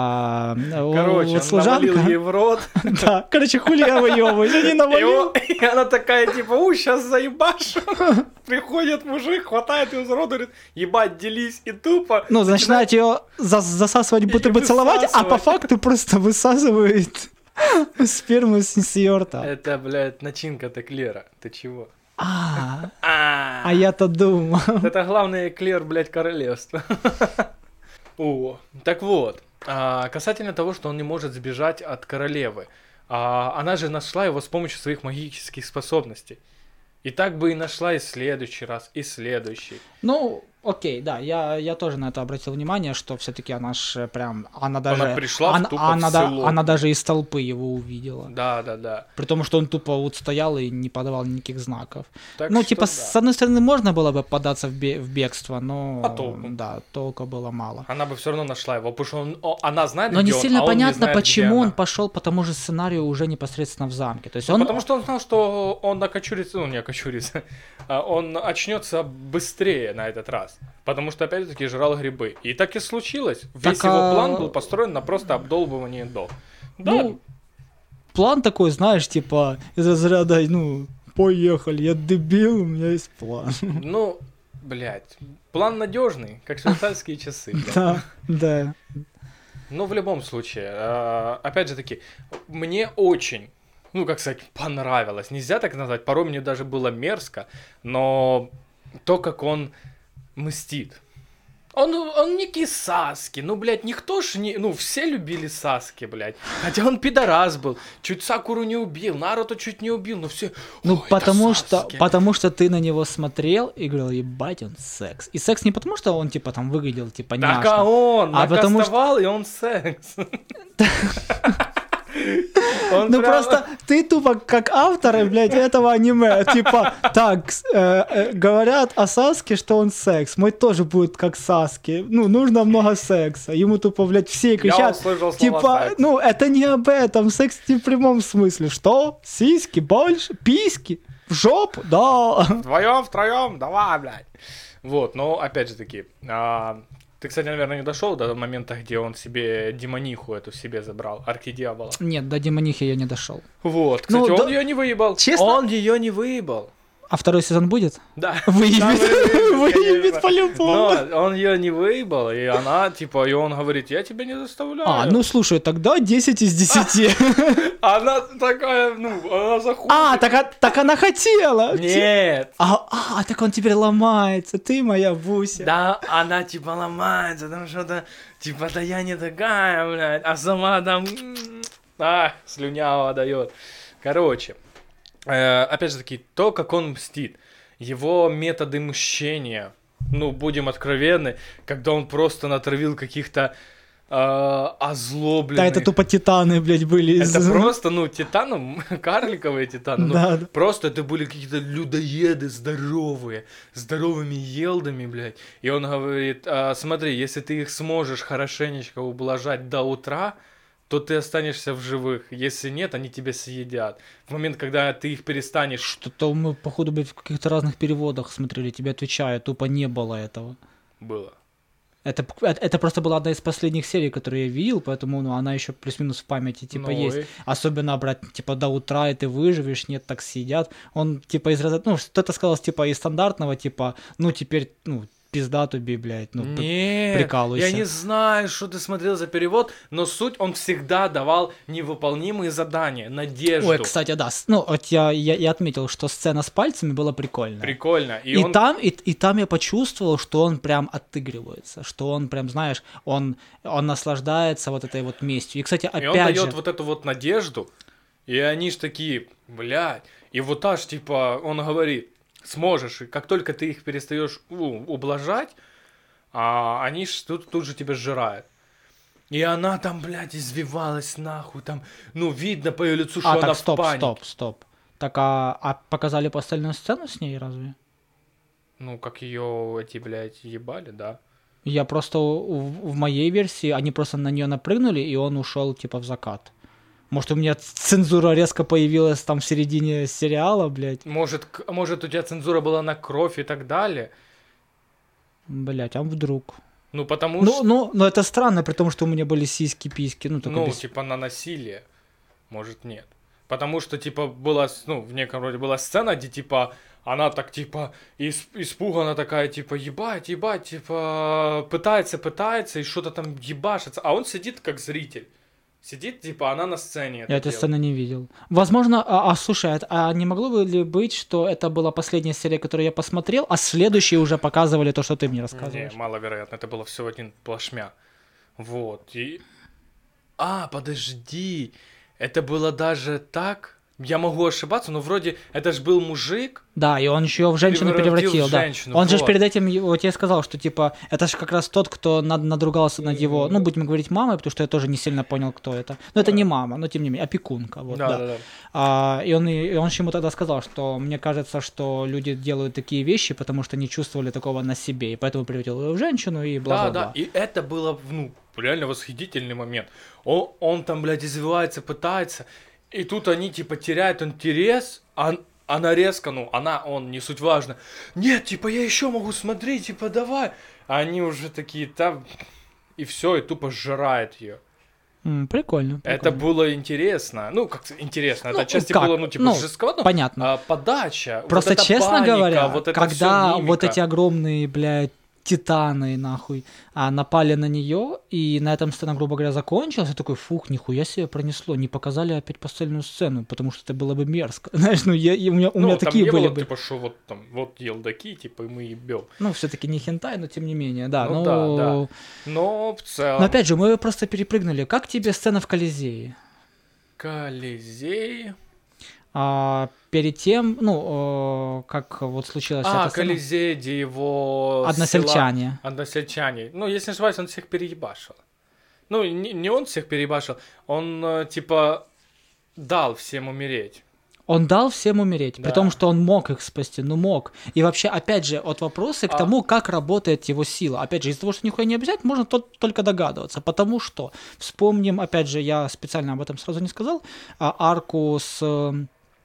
а, короче, вот служанка. Он навалил ей в рот. Да, короче, хули я выебываюсь, я не навалил. И она такая, типа, у, сейчас заебашу. Приходит мужик, хватает ее за рот, говорит, ебать, делись, и тупо. Ну, начинает ее засасывать, будто бы целовать, а по факту просто высасывает сперму с ее рта. Это, блядь, начинка эклера. Ты чего? А, а я-то думал. Это главный эклер, блядь, королевства. О, так вот. А, касательно того, что он не может сбежать от королевы. А, она же нашла его с помощью своих магических способностей. И так бы и нашла и следующий раз, и следующий. Ну, окей, да, я, я тоже на это обратил внимание, что все-таки она ж прям, она даже... Она пришла она, тупо она, в да- село. она даже из толпы его увидела. Да, да, да. При том, что он тупо вот стоял и не подавал никаких знаков. Так ну, что типа, да. с одной стороны, можно было бы податься в, бе- в бегство, но... А толку? Да, толка было мало. Она бы все равно нашла его, потому что он, о, она знает, Но где не он, сильно а он не понятно, знает, где почему он она. пошел по тому же сценарию уже непосредственно в замке. То есть Ну, он... потому что он знал, что он окочурится, ну, не окочурится, а он очнется быстрее на этот раз. Потому что, опять-таки, жрал грибы. И так и случилось. Весь Так, его а- план был построен на просто обдолбывании до. Да, Ну, план такой, знаешь, типа, из разряда, ну, поехали, я дебил, у меня есть план. ну, блядь, план надежный, как швейцарские часы. блядь. Да, да. Но в любом случае, э, опять же таки, мне очень, ну, как сказать, понравилось. Нельзя так назвать, порой мне даже было мерзко, но то, как он мстит. Он, он некий Саски, ну, блядь, никто ж не... Ну, все любили Саски, блядь. Хотя он пидорас был, чуть Сакуру не убил, Наруто чуть не убил, но все... Ну, «Ой, это потому что, Саски». потому что ты на него смотрел и говорил, ебать, он секс. И секс не потому, что он, типа, там выглядел, типа, Так няшно. а он А потому что- накастовал, и он секс. Он Ну прям- просто ты тупо как автор, блядь, этого аниме, типа, так, с- э, э, говорят о Саске, что он секс, мой тоже будет как Саски, ну, нужно много секса, ему тупо, блядь, все Я кричат, услышал слова типа, секс. ну, это не об этом, секс не в прямом смысле, что, сиськи, больше, письки, в жопу, да, Вдвоем, втроем, давай, блядь. Вот, но опять же таки, а, ты, кстати, наверное, не дошел до момента, где он себе демониху эту себе забрал, архидьявола. нет, до демонихи я не дошел. Вот, кстати, Ну, он да- ее не выебал. Честно? Он ее не выебал. А второй сезон будет? Да. Выебет, Да, выебет конечно. по-любому. Но он ее не выебал, и она, типа, и он говорит, я тебя не заставляю. А, ну слушай, тогда десять из десяти. Она такая, ну, она заходит. А, так, а- так она хотела. Нет. А, а, так он теперь ломается, ты моя Буся. Да, она типа ломается, там что-то, типа, да я не такая, блядь, а сама там, м, а, слюнява дает. Короче, э, опять же таки, то, как он мстит, его методы мщения, ну, будем откровенны, когда он просто натравил каких-то э, озлобленных... Да, это тупо титаны, блядь, были. из- Это просто, ну, титаны, карликовые титаны, ну, Да, да. просто это были какие-то людоеды здоровые, здоровыми елдами, блядь. И он говорит, «А, смотри, если ты их сможешь хорошенечко ублажать до утра, то ты останешься в живых. Если нет, они тебя съедят. В момент, когда ты их перестанешь... Что-то мы, походу, блядь, в каких-то разных переводах смотрели, тебе отвечаю, тупо не было этого. Было. Это, это, это просто была одна из последних серий, которую я видел, поэтому ну, она еще плюс-минус в памяти типа Ну есть. и? Особенно брать типа до утра, и ты выживешь, нет, так съедят. Он типа из разряда, ну, что-то сказал типа из стандартного, типа, ну, теперь, ну, пизда тебе, блядь, ну, п- Нет, прикалывайся. я не знаю, что ты смотрел за перевод, но суть он всегда давал невыполнимые задания, надежду. Ой, кстати, да, с- ну, вот я, я, я отметил, что сцена с пальцами была прикольная. Прикольно. И, И, он... там, и, и там я почувствовал, что он прям отыгрывается, что он прям, знаешь, он, он наслаждается вот этой вот местью. И, кстати, И опять он дает же... вот эту вот надежду, и они ж такие, блядь, и вот аж, типа, он говорит, сможешь, и как только ты их перестаешь у- ублажать, а они ж тут, тут же тебя сжирают. И она там, блядь, извивалась нахуй, там, ну, видно по ее лицу, что А, она так, в стоп, панике. стоп, стоп. Так, а, а показали постельную сцену с ней разве? Ну, как ее эти, блядь, ебали, да. Я просто в, в моей версии, они просто на нее напрыгнули, и он ушел типа в закат. Может, у меня цензура резко появилась там в середине сериала, блядь. Может, к- может, у тебя цензура была на кровь и так далее. Блядь, а вдруг? Ну, потому Ну, что, ну, но это странно, при том, что у меня были сиськи, письки, ну, только ну, без... типа, на насилие. Может, нет. Потому что, типа, была, с- ну, в неком роде была сцена, где, типа, она так, типа, ис- испуганно такая, типа, ебать, ебать, типа, пытается, пытается, и что-то там ебашится. А он сидит как зритель. Сидит, типа, она на сцене. это Я этой делает. сцены не видел. Возможно, а, а слушай, а, а не могло бы ли быть, что это была последняя серия, которую я посмотрел, а следующие уже показывали то, что ты мне рассказываешь? Не, маловероятно, это было все один плашмя. Вот. И А, подожди, это было даже так? Я могу ошибаться, но вроде это же был мужик. Да, и он еще в женщину Превратил превратил, в да. женщину, Он же ж вот. перед этим его- тебе сказал, что типа это же как раз тот, кто над- надругался над его, ну будем говорить мамой, потому что я тоже не сильно понял, кто это. Но это не мама, но тем не менее опекунка, вот, Да, да. да, да. А, и он и он ж ему тогда сказал, что мне кажется, что люди делают такие вещи, потому что не чувствовали такого на себе, и поэтому превратил его в женщину и Да, бла-бла-бла. да, и это было, ну, реально восхитительный момент. Он, он там, блядь, извивается, пытается, и тут они, типа, теряют интерес, а она резко, ну, она, он, не суть важно. Нет, типа, я еще могу смотреть, типа, давай. А они уже такие, там, и все, и тупо сжирает ее. М, прикольно, Это прикольно. было интересно. Ну, как интересно, Ну, это отчасти как? было, ну, типа, Ну, жестковато. понятно. А, подача, Просто, вот эта честно паника, говоря, вот это когда всё, вот мимика. эти огромные, блядь, титаны, нахуй, а, напали на нее, и на этом сцена, грубо говоря, закончилась, я такой, фух, нихуя себе пронесло, не показали опять постельную сцену, потому что это было бы мерзко. Знаешь, ну, я, и у меня, у Ну, меня там такие не были было, бы. типа, что вот там, вот елдаки, типа, и мы ебем. Ну, все-таки не хентай, но тем не менее, да. Ну ну, да, да. Но в целом... Но опять же, мы просто перепрыгнули. Как тебе сцена в Колизее? Колизей... А, перед тем, ну, о, как вот случилась А, эта сцена. Колизей, где его... Односельчане. села- Односельчане. Ну, если не ошибаюсь, он всех переебашил. Ну, не, не он всех переебашил, он, э, типа, дал всем умереть. Он дал всем умереть, Да. при том, что он мог их спасти, ну мог. И вообще, опять же, от вопросы к А- тому, как работает его сила. Опять же, из-за того, что нихуя не объяснять, можно тот- только догадываться. Потому что, вспомним, опять же, я специально об этом сразу не сказал, а, арку с, э,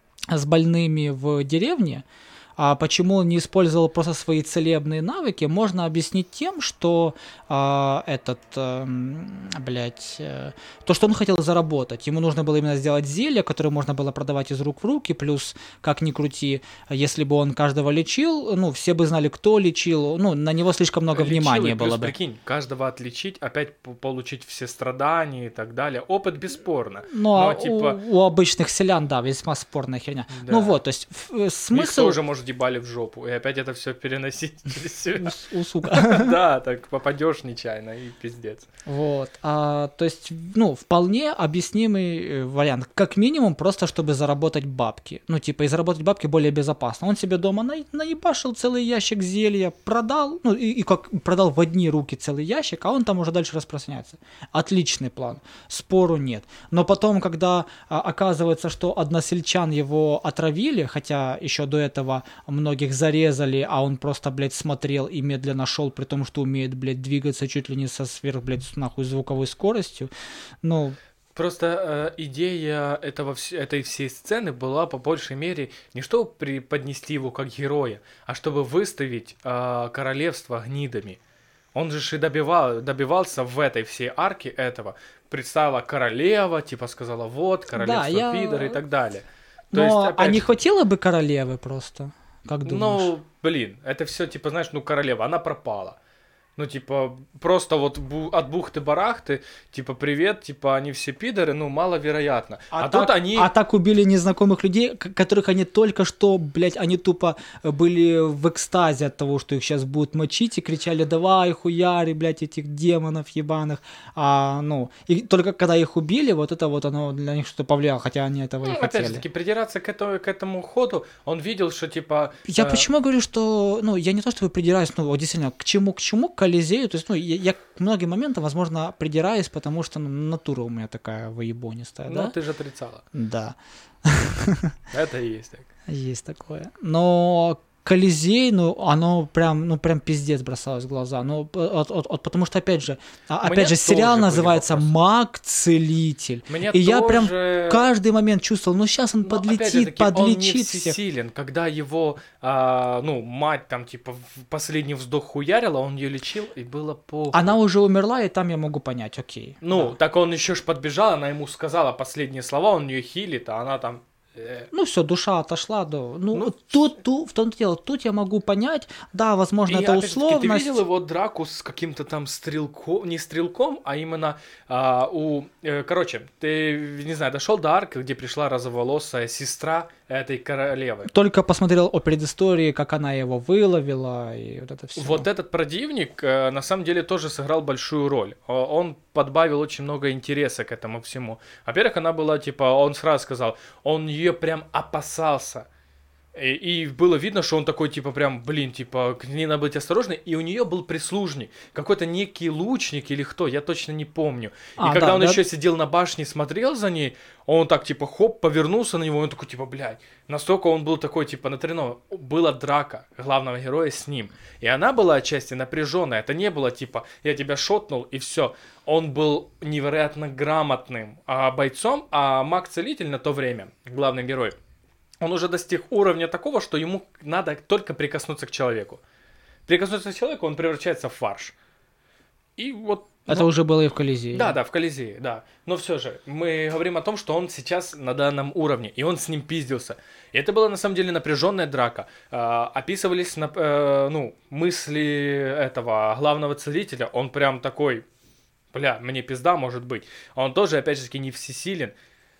с больными в деревне. А почему он не использовал просто свои целебные навыки, можно объяснить тем, что а, этот, эм, блядь, э, то, что он хотел заработать, ему нужно было именно сделать зелье, которое можно было продавать из рук в руки, плюс, как ни крути, если бы он каждого лечил, ну, все бы знали, кто лечил, ну, на него слишком много Лечил, внимания и плюс, было бы. прикинь, каждого отличить, опять п- получить все страдания и так далее. Опыт бесспорно. Ну, а Но, типа, у, у обычных селян, да, весьма спорная херня. Да. Ну вот, то есть ф- э, их смысл... тоже, может, ебали в жопу. И опять это все переносить через себя. У, у сука. Да, так попадешь нечаянно и пиздец. Вот, а, то есть, ну, вполне объяснимый э, вариант. Как минимум, просто чтобы заработать бабки. Ну, типа, и заработать бабки более безопасно. Он себе дома на, наебашил целый ящик зелья, продал, ну, и, и как продал в одни руки целый ящик, а он там уже дальше распространяется. Отличный план, спору нет. Но потом, когда а, оказывается, что односельчан его отравили, хотя еще до этого многих зарезали, а он просто, блядь, смотрел и медленно шел, при том, что умеет, блядь, двигаться чуть ли не со сверх, блядь, нахуй звуковой скоростью. Ну, Просто э, идея этого, вс- этой всей сцены была по большей мере не чтобы преподнести его как героя, а чтобы выставить э, королевство гнидами. Он же ж и добивал, добивался в этой всей арке этого. Представила королева, типа сказала, вот, королевство я- пидор и так далее. То но есть, а опять не же, хватило бы королевы просто? Как думаешь? ну, блин, это все, типа, знаешь, ну, королева, она пропала. Ну, типа, просто вот бу- от бухты-барахты, типа, привет, типа, они все пидоры, ну, маловероятно. А, А, тут так, они... а так убили незнакомых людей, к- которых они только что, блядь, они тупо были в экстазе от того, что их сейчас будут мочить, и кричали, давай, хуяри, блядь, этих демонов ебаных. А, ну, и только когда их убили, вот это вот оно для них что-то повлияло, хотя они этого Ну, не опять хотели. же таки, придираться к, этому, к этому ходу, он видел, что, типа... Я э, почему говорю, что, ну, я не то чтобы придираюсь, ну, вот действительно, к чему, к чему, к Колизею, то есть, ну, я, я к многим моментам, возможно, придираюсь, потому что, ну, натура у меня такая воебонистая, Ну, да? ты же отрицала. Да, Это и есть так. есть такое. Но Колизей, ну, оно прям, ну, прям пиздец бросалось в глаза. Ну, от, от- от- потому что, опять же, а, У меня опять же, сериал тоже были называется вопросы. «Маг-целитель». Мне И я прям тоже- каждый момент чувствовал, ну, сейчас он Но, опять же подлетит, таки, он не подлечит всех. всесилен. Когда его, а, ну, мать там, типа, в последний вздох хуярила, он ее лечил, и было похуй. Она уже умерла, и там я могу понять, окей. Ну, да. так он еще ж подбежал, она ему сказала последние слова, он ее хилит, а она там... э, Ну все, душа отошла, да. Ну, Ну, тут, тут, в том-то дело, тут я могу понять, да, возможно, И, это опять же таки, условность. ты видел его драку с каким-то там стрелком, не стрелком, а именно а, у... э, короче, ты, не знаю, дошел до арки, где пришла розоволосая сестра этой королевы. Только посмотрел о предыстории, как она его выловила, и вот это все. Вот этот противник, э, на самом деле, тоже сыграл большую роль. О- Он подбавил очень много интереса к этому всему. Во-первых, она была, типа, он сразу сказал, он ее прям опасался. И, и было видно, что он такой, типа, прям, блин, типа, к ней надо быть осторожной. И у нее был прислужник, какой-то некий лучник или кто, я точно не помню. А, и когда да, он да. еще сидел на башне и смотрел за ней, он так, типа, хоп, повернулся на него, и он такой, типа, блядь. Настолько он был такой, типа, натренирован. Была драка главного героя с ним. И она была отчасти напряженная. Это не было, типа, я тебя шотнул, и все. Он был невероятно грамотным а, бойцом, а маг-целитель на то время, главный герой, он уже достиг уровня такого, что ему надо только прикоснуться к человеку. Прикоснуться к человеку, он превращается в фарш. И вот... Это ну, уже было и в Колизее. Да, да, в Колизее, да. Но все же, мы говорим о том, что он сейчас на данном уровне, и он с ним пиздился. И это была на самом деле напряженная драка. А, описывались на, э, ну, мысли этого главного целителя. Он прям такой, бля, мне пизда может быть. Он тоже, опять же таки, не всесилен.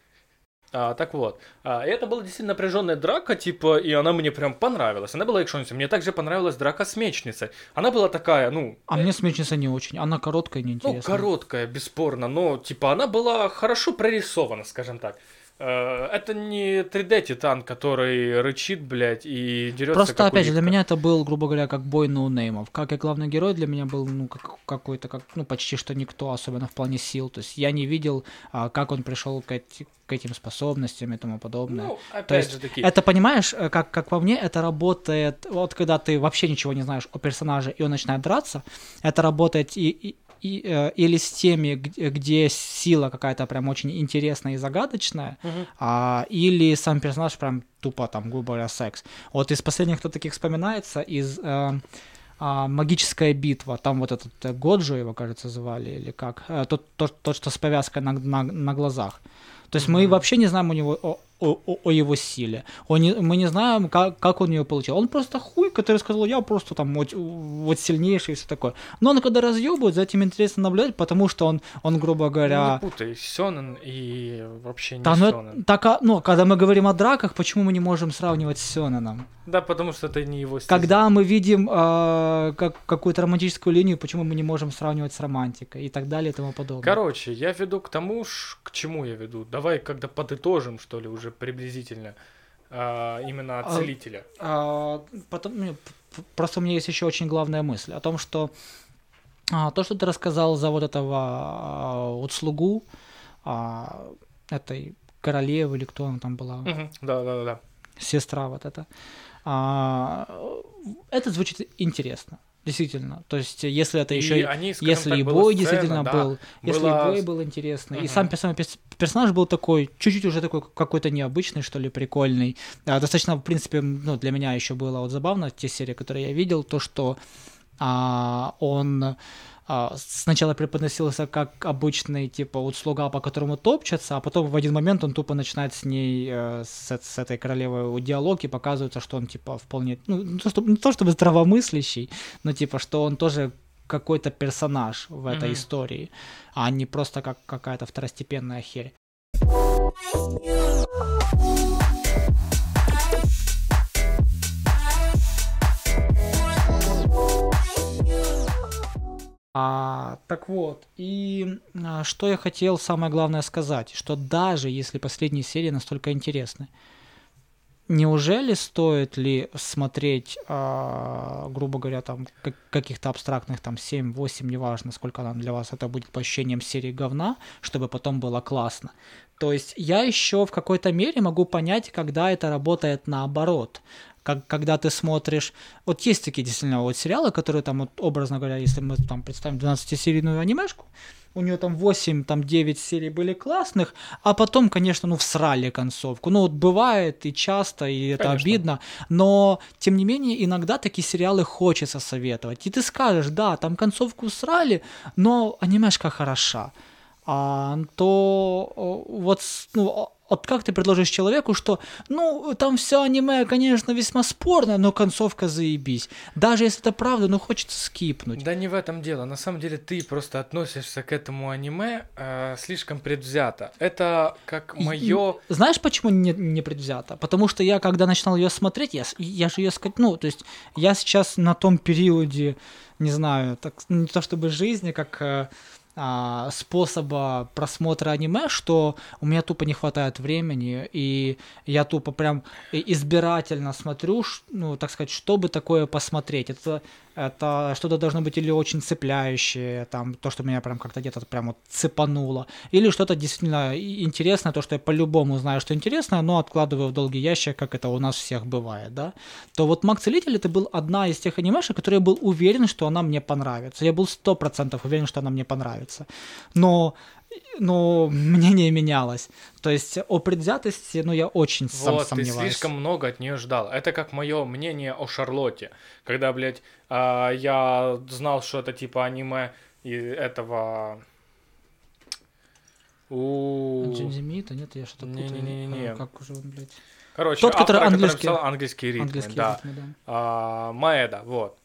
А, так вот, а, это была действительно напряженная драка, типа, и она мне прям понравилась. Она была экшонистой. Мне также понравилась драка с мечницей. Она была такая, ну... А мне смечница не очень. Она короткая и Ну, неинтересная. короткая, бесспорно, но, типа, она была хорошо прорисована, скажем так. Э, Это не три дэ-титан, который рычит, блядь, и дерется Просто, как опять же, для улитка. меня это был, грубо говоря, как бой ноунеймов. Как и главный герой для меня был, ну, как, какой-то, как, ну, почти что никто, особенно в плане сил. То есть я не видел, а, как он пришел к, эти- к этим способностям и тому подобное. Ну, То опять есть же таки... это, понимаешь, э, как, как по мне, это работает, вот когда ты вообще ничего не знаешь о персонаже, и он начинает драться, это работает и, и, и, э, или с теми, где, где сила какая-то прям очень интересная и загадочная, Мгм. а, или сам персонаж прям тупо там, грубо говоря, секс. Вот из последних, кто таких вспоминается, из э, а, «Магическая битва», там вот этот э, Годжо его, кажется, звали, или как, э, тот, тот, тот, что с повязкой на, на, на глазах. То есть мы Мгм. вообще не знаем у него о, о, о- о его силе. Он не- мы не знаем, как, как он ее получил. Он просто хуй, который сказал, я просто там вот, вот сильнейший и все такое. Но он когда разъебывает, за этим интересно наблюдать, потому что он, он грубо Ну, говоря... не путай, сёнэн и вообще не Да, ну, сёнэн. это- так, а, ну, когда мы говорим о драках, почему мы не можем сравнивать с сёнэном? Да, потому что это не его стиль. Когда мы видим э, как, какую-то романтическую линию, почему мы не можем сравнивать с романтикой и так далее и тому подобное. Короче, я веду к тому, ш- к чему я веду. Давай когда подытожим, что ли, уже приблизительно. а, именно от А, целителя. А, потом, ну, п- п- просто у меня есть еще очень главная мысль о том, что а, то, что ты рассказал за вот этого а, вот слугу а, этой королевы или кто она там была, Мгм. Да, да, да, да. сестра вот эта, а, это звучит интересно. Действительно. То есть, если это И еще... они, скажем Если так, и была бой сцена, действительно да, был, если и была- бой был интересный, и Мгм. сам персонаж, перс- персонаж был такой, чуть-чуть уже такой какой-то необычный, что ли, прикольный. А, достаточно, в принципе, ну, для меня еще было вот забавно, те серии, которые я видел, то, что а, он а, сначала преподносился как обычный, типа, вот слуга, по которому топчется, а потом в один момент он тупо начинает с ней, э, с, с этой королевой диалог, и показывается, что он, типа, вполне, ну, не то, чтобы, не то чтобы здравомыслящий, но, типа, что он тоже какой-то персонаж в этой Мгм. истории, а не просто как какая-то второстепенная херь. А, так вот, и а, что я хотел самое главное сказать, что даже если последние серии настолько интересны, неужели стоит ли смотреть, а, грубо говоря, там как- каких-то абстрактных там семь-восемь, неважно, сколько там для вас это будет по ощущениям серии говна, чтобы потом было классно. То есть я еще в какой-то мере могу понять, когда это работает наоборот. Как, когда ты смотришь... Вот есть такие действительно вот сериалы, которые там, вот, образно говоря, если мы там представим двенадцатисерийную анимешку, у нее там восемь, там девять серий были классных, а потом, конечно, ну, всрали концовку. Ну, вот бывает и часто, и это Конечно. обидно, но, тем не менее, иногда такие сериалы хочется советовать. И ты скажешь, да, там концовку всрали, но анимешка хороша. А, то о, вот с- ну, о- вот как ты предложишь человеку, что, ну, там все аниме, конечно, весьма спорно, но концовка заебись. Даже если это правда, ну, хочется скипнуть. Да не в этом дело. На самом деле ты просто относишься к этому аниме э, слишком предвзято. Это как мое... Знаешь, почему не, не предвзято? Потому что я, когда начинал ее смотреть, я, я же ее сказать, ну, то есть я сейчас на том периоде, не знаю, так, не то чтобы жизни, как э, а, способа просмотра аниме, что у меня тупо не хватает времени, и я тупо прям избирательно смотрю, ну, так сказать, чтобы такое посмотреть. Это, это что-то должно быть или очень цепляющее, там, то, что меня прям как-то где-то прям вот цепануло, или что-то действительно интересное, то, что я по-любому знаю, что интересно, но откладываю в долгий ящик, как это у нас всех бывает, да, то вот «Маг-целитель» это был одна из тех анимешек, которые я был уверен, что она мне понравится. Я был сто процентов уверен, что она мне понравится. Но но мнение менялось. То есть о предвзятости, ну, я очень сам вот, сомневаюсь. Вот, ты слишком много от нее ждал. Это как мое мнение о Шарлотте. Когда, блядь, а, я знал, что это типа аниме и этого... У... Джинзимита? Нет, я что-то путаю. Не-не-не. Как уже он, блядь? Короче, Тот, который автора, английский... который написал английские ритмы, английские да. ритмы, да. А, Маэда, вот.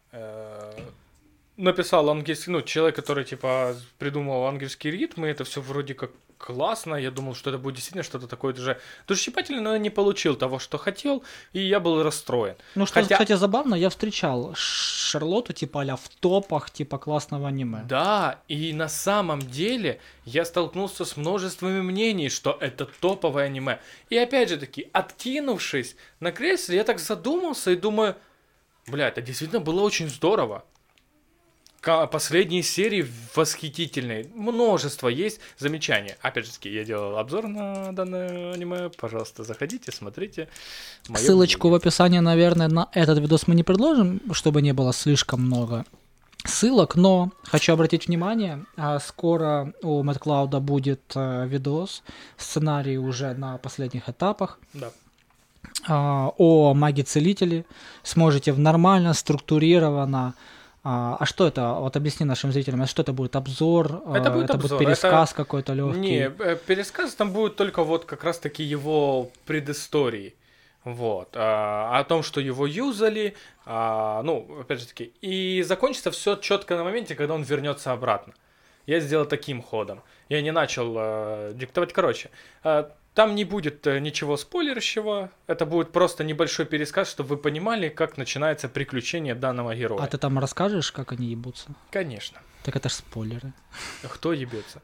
Написал английский, ну, человек, который, типа, придумал английские ритмы, это все вроде как классно, я думал, что это будет действительно что-то такое же душесчипательное, но я не получил того, что хотел, и я был расстроен. Ну, что, Хотя... кстати, забавно, я встречал Шарлотту, типа, а-ля в топах, типа, классного аниме. Да, и на самом деле я столкнулся с множеством мнений, что это топовое аниме. И опять же таки, откинувшись на кресле, я так задумался и думаю, бля, это действительно было очень здорово. Последние серии восхитительные. Множество есть замечания. Опять же таки, я делал обзор на данное аниме. Пожалуйста, заходите, смотрите. Ссылочку мнение. В описании, наверное, на этот видос мы не предложим, чтобы не было слишком много ссылок, но хочу обратить внимание, скоро у MadCloud будет видос, сценарий уже на последних этапах. Да. О маге-целителе. Сможете нормально, структурированно. А, а что это? Вот объясни нашим зрителям, а что это будет? Обзор? Это будет это обзор. будет пересказ это... какой-то легкий? Не, пересказ там будет только вот как раз-таки его предыстории. Вот. А, о том, что его юзали. А, ну, опять же таки. И закончится все четко на моменте, когда он вернется обратно. Я сделал таким ходом. Я не начал а, диктовать. Короче. А, Там не будет ничего спойлерящего, это будет просто небольшой пересказ, чтобы вы понимали, как начинается приключение данного героя. А ты там расскажешь, как они ебутся? Конечно. Так это ж спойлеры. Кто ебется?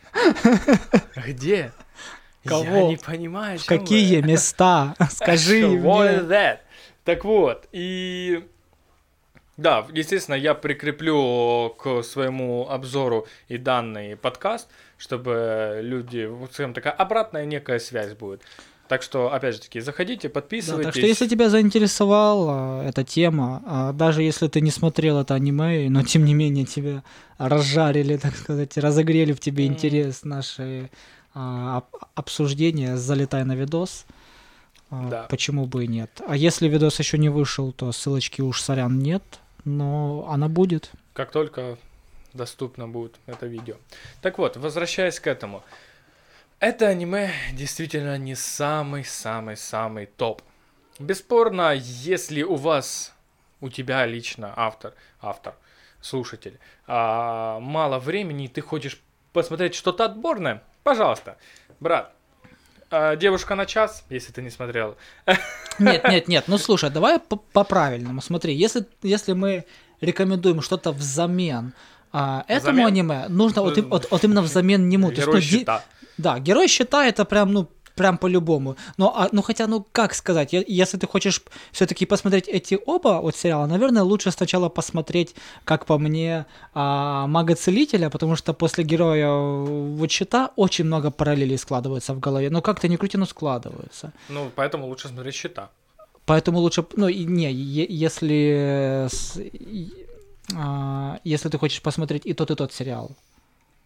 Где? Кого? Я не понимаю, в какие вы? места? Скажи мне. Так вот, и... Да, естественно, я прикреплю к своему обзору и данный подкаст, чтобы люди, скажем, такая обратная некая связь будет. Так что, опять же таки, заходите, подписывайтесь. Да, так что, если тебя заинтересовала эта тема, даже если ты не смотрел это аниме, но тем не менее тебя разжарили, так сказать, разогрели в тебе интерес наши а, обсуждения, залетай на видос. Да. Почему бы и нет? А если видос еще не вышел, то ссылочки уж, сорян, нет, но она будет. Как только доступно будет это видео. Так вот, возвращаясь к этому. Это аниме действительно не самый-самый-самый топ. Бесспорно, если у вас, у тебя лично автор, автор, слушатель, а, мало времени, и ты хочешь посмотреть что-то отборное, пожалуйста, брат. Девушка на час, если ты не смотрел. Нет, нет, нет, ну слушай, давай по-правильному. Смотри, если, если мы рекомендуем что-то взамен а, этому взамен? аниме, нужно вот, вот, вот именно взамен нему. Герой есть, ну, щита. Да, герой щита это прям, ну, прям по-любому. Но, а, ну, хотя, ну, как сказать, если ты хочешь все-таки посмотреть эти оба вот сериала, наверное, лучше сначала посмотреть, как по мне, а, Мага-целителя, потому что после героя вот щита очень много параллелей складывается в голове. Ну, как-то не крути, но складываются. Ну, поэтому лучше смотреть щита. Поэтому лучше, ну, и не, если, а, если ты хочешь посмотреть и тот, и тот сериал.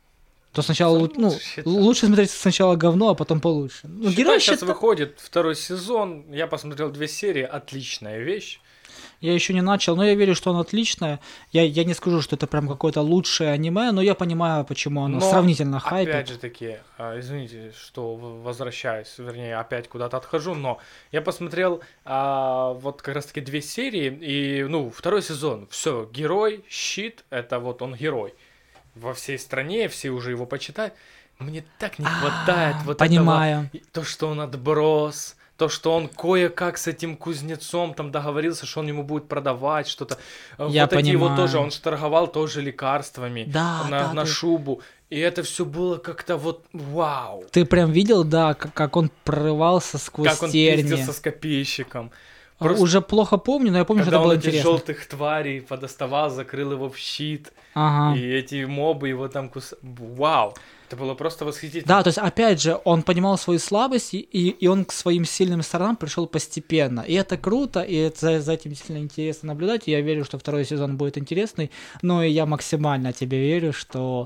То сначала, лу- ну, лучше смотреть сначала говно, а потом получше. Ну, Считай, герой сейчас счита- выходит второй сезон, я посмотрел две серии, отличная вещь. Я еще не начал, но я верю, что оно отличное. Я, я не скажу, что это прям какое-то лучшее аниме, но я понимаю, почему оно Но, сравнительно опять хайпит. же таки, а, извините, что в- возвращаюсь, вернее, опять куда-то отхожу, но я посмотрел а, вот как раз-таки две серии, и, ну, второй сезон, все, герой, щит, это вот он герой. Во всей стране, все уже его почитают. Мне так не хватает А, вот понимаю. этого, то, что он отброс, то, что он кое-как с этим кузнецом там договорился, что он ему будет продавать что-то. Э, Я вот эти его понимаю. тоже, он ж торговал тоже лекарствами Да, на, да, на да. шубу. И это все было как-то вот вау. Ты прям видел, да, как, как он прорывался сквозь Как он терни. пиздился с копейщиком. А, Просто Уже плохо помню, но я помню, что когда это он было этих интересно. желтых тварей подоставал, закрыл его в щит, Ага. и эти мобы его там кус... Вау! Это было просто восхитительно. Да, то есть, опять же, он понимал свои слабости, и, и он к своим сильным сторонам пришел постепенно. И это круто, и это, за, за этим действительно интересно наблюдать. И я верю, что второй сезон будет интересный. Но и я максимально тебе верю, что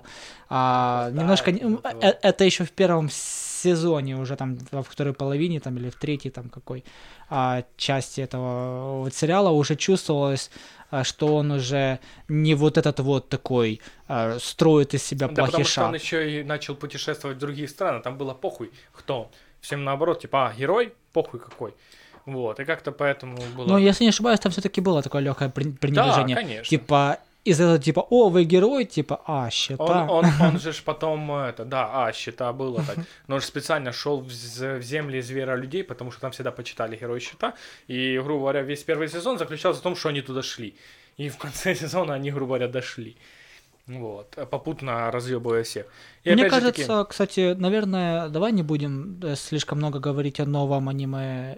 а, хватает немножко... не- этого. э- Это еще в первом сезоне, уже там во второй половине, там, или в третьей, там, какой а, части этого вот сериала уже чувствовалось, а, что он уже не вот этот вот такой а, строит из себя Да, потому что плохиша. он еще и начал путешествовать в другие страны, там было похуй, кто он. Всем наоборот, типа, а, герой, похуй какой. Вот, и как-то поэтому было... Но, если не ошибаюсь, там все-таки было такое легкое да, пренебрежение. конечно. Типа, из этого типа, о, вы герой, типа, а, Он, счета. он, он же ж потом, это, да, а, щита было так, но он же специально шел в, з- в земли зверолюдей, потому что там всегда почитали герой щита, и, грубо говоря, весь первый сезон заключался в том, что они туда шли, и в конце сезона они, грубо говоря, дошли, вот, попутно разъебывая всех. И Мне опять же кажется, таки, кстати, наверное, давай не будем э, слишком много говорить о новом аниме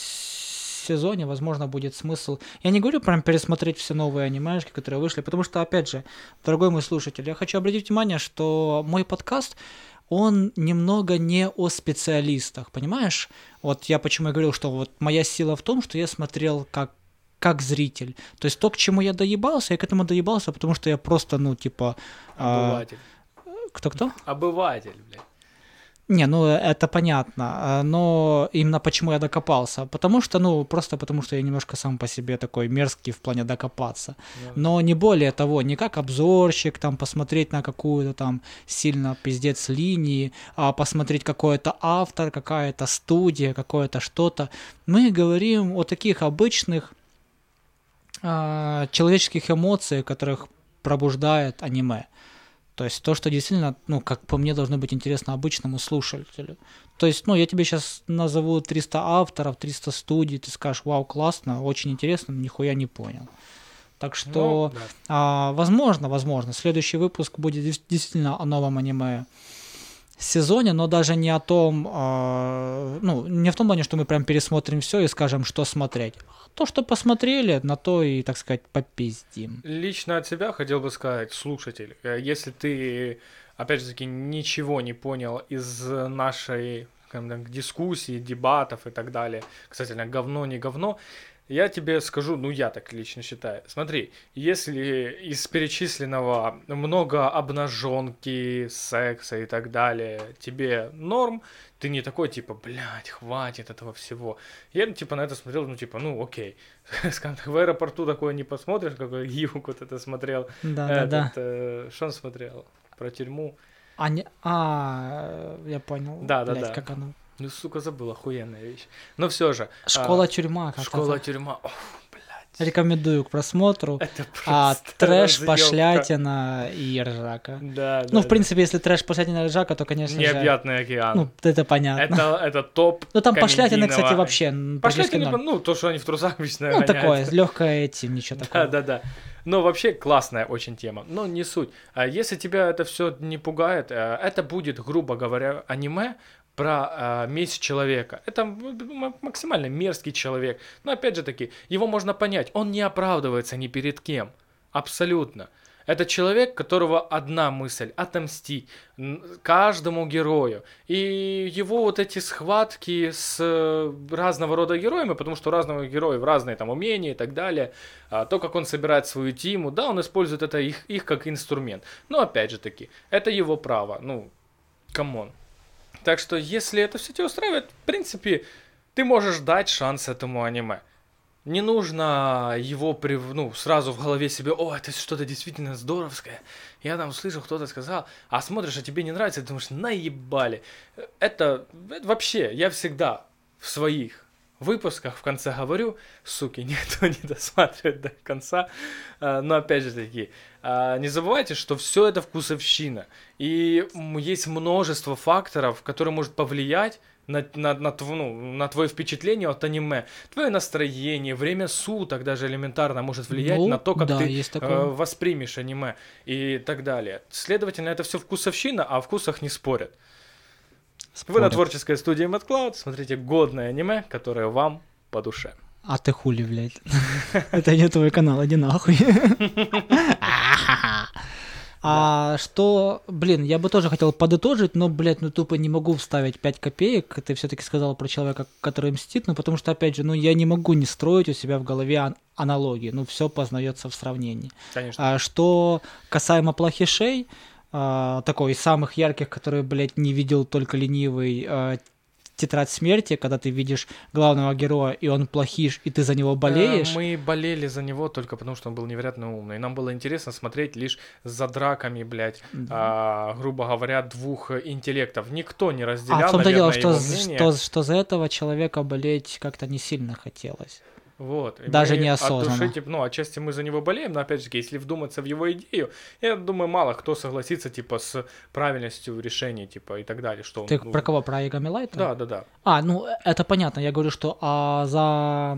сезоне, возможно, будет смысл. Я не говорю прям пересмотреть все новые анимешки, которые вышли, потому что, опять же, дорогой мой слушатель, я хочу обратить внимание, что мой подкаст, он немного не о специалистах, понимаешь? Вот я почему и говорил, что вот моя сила в том, что я смотрел как как зритель. То есть то, к чему я доебался, я к этому доебался, потому что я просто, ну, типа... а, обыватель, Кто-кто? обыватель, блядь. Не, ну это понятно, а, но именно почему я докопался. Потому что, ну, просто потому что я немножко сам по себе такой мерзкий в плане докопаться. Но не более того, не как обзорщик, там, посмотреть на какую-то там сильно пиздец линии, а посмотреть какой-то автор, какая-то студия, какое-то что-то. Мы говорим о таких обычных а, человеческих эмоциях, которых пробуждает аниме. То есть то, что действительно, ну, как по мне, должно быть интересно обычному слушателю. То есть, ну, я тебе сейчас назову триста авторов, триста студий, ты скажешь, вау, классно, очень интересно, но нихуя не понял. Так что, Ну, да. а, возможно, возможно, следующий выпуск будет дес- действительно о новом аниме сезоне, но даже не о том, а, ну, не в том плане, что мы прям пересмотрим все и скажем, что смотреть. То, что посмотрели, на то и, так сказать, попиздим. Лично от себя хотел бы сказать, слушатель, э, если ты, опять же таки, ничего не понял из нашей, скажем так, дискуссии, дебатов и так далее, кстати, говно, не говно, я тебе скажу, ну я так лично считаю. Смотри, если из перечисленного много обнаженки, секса и так далее, тебе норм, ты не такой, типа, блядь, хватит этого всего. Я, типа, на это смотрел, ну, типа, ну, окей. Скажем так, в аэропорту такое не посмотришь, какой Гивук вот это смотрел. Да-да-да. Этот, э, что он смотрел? Про тюрьму. А, не... а, я понял. Да, да, Блядь, да. как оно? Ну, сука, забыл, охуенная вещь. Но все же. Школа-тюрьма. а, как-то Школа, так. тюрьма. Ох, блядь. Рекомендую к просмотру. Это А просто трэш, разъёбка. пошлятина и ржака. Да, да. Ну, в да. принципе, если трэш, пошлятина и ржака, то, конечно же... Необъятный океан. Ну, это понятно. это, это топ. Ну, там пошлятины, кстати, комедийного. вообще м, практически Пошлятины, ноль. ну, то, что они в трусах вечно Ну, такое, гоняются. легкое этим, ничего Да, такого. да, да. Но вообще классная очень тема. Но не суть. А если тебя это все не пугает, э, это будет, грубо говоря, аниме про э, месть человека. Это м- максимально мерзкий человек. Но опять же таки, его можно понять. Он не оправдывается ни перед кем. Абсолютно. Это человек, которого одна мысль — отомстить каждому герою. И его вот эти схватки с разного рода героями, потому что у разного героев разные там умения и так далее, то, как он собирает свою тиму, да, он использует это их, их как инструмент. Но опять же таки, это его право, ну, камон. Так что, если это все тебя устраивает, в принципе, ты можешь дать шанс этому аниме. Не нужно его при, ну, сразу в голове себе: о, это что-то действительно здоровское. Я там слышал, кто-то сказал, а смотришь, а тебе не нравится, и думаешь, наебали. Это, это вообще, я всегда в своих выпусках в конце говорю, суки, никто не досматривает до конца. Но опять же таки, не забывайте, что все это вкусовщина. И есть множество факторов, которые может повлиять На, на, на, тв, ну, на твое впечатление от аниме. Твое настроение, время суток даже элементарно может влиять ну, на то, как да, ты э, воспримешь аниме и так далее. Следовательно, это все вкусовщина, а о вкусах не спорят. спорят. Вы на творческой студии MadCloud смотрите годное аниме, которое вам по душе. А ты хули, блядь. Это не твой канал, иди нахуй. А что, блин, я бы тоже хотел подытожить, но, блядь, ну тупо не могу вставить пять копеек. Ты все-таки сказал про человека, который мстит, ну потому что, опять же, ну я не могу не строить у себя в голове ан- аналогии, ну все познается в сравнении. Конечно. А что касаемо плохишей, а, такой из самых ярких, который, блядь, не видел только ленивый, а, «Тетрадь смерти», когда ты видишь главного героя, и он плохиш, и ты за него болеешь. Мы болели за него только потому, что он был невероятно умный. И нам было интересно смотреть лишь за драками, блядь, да. а, грубо говоря, двух интеллектов. Никто не разделял, а в том-то наверное, дело, что, его мнение. Что, что за этого человека болеть как-то не сильно хотелось. Вот. И даже мы неосознанно. От души, типа, ну, отчасти мы за него болеем, но, опять же, если вдуматься в его идею, я думаю, мало кто согласится, типа, с правильностью решений, типа, и так далее. Что Ты он, про ну... кого? Про Игами Лайта? Да, да, да. А, ну, это понятно. Я говорю, что а за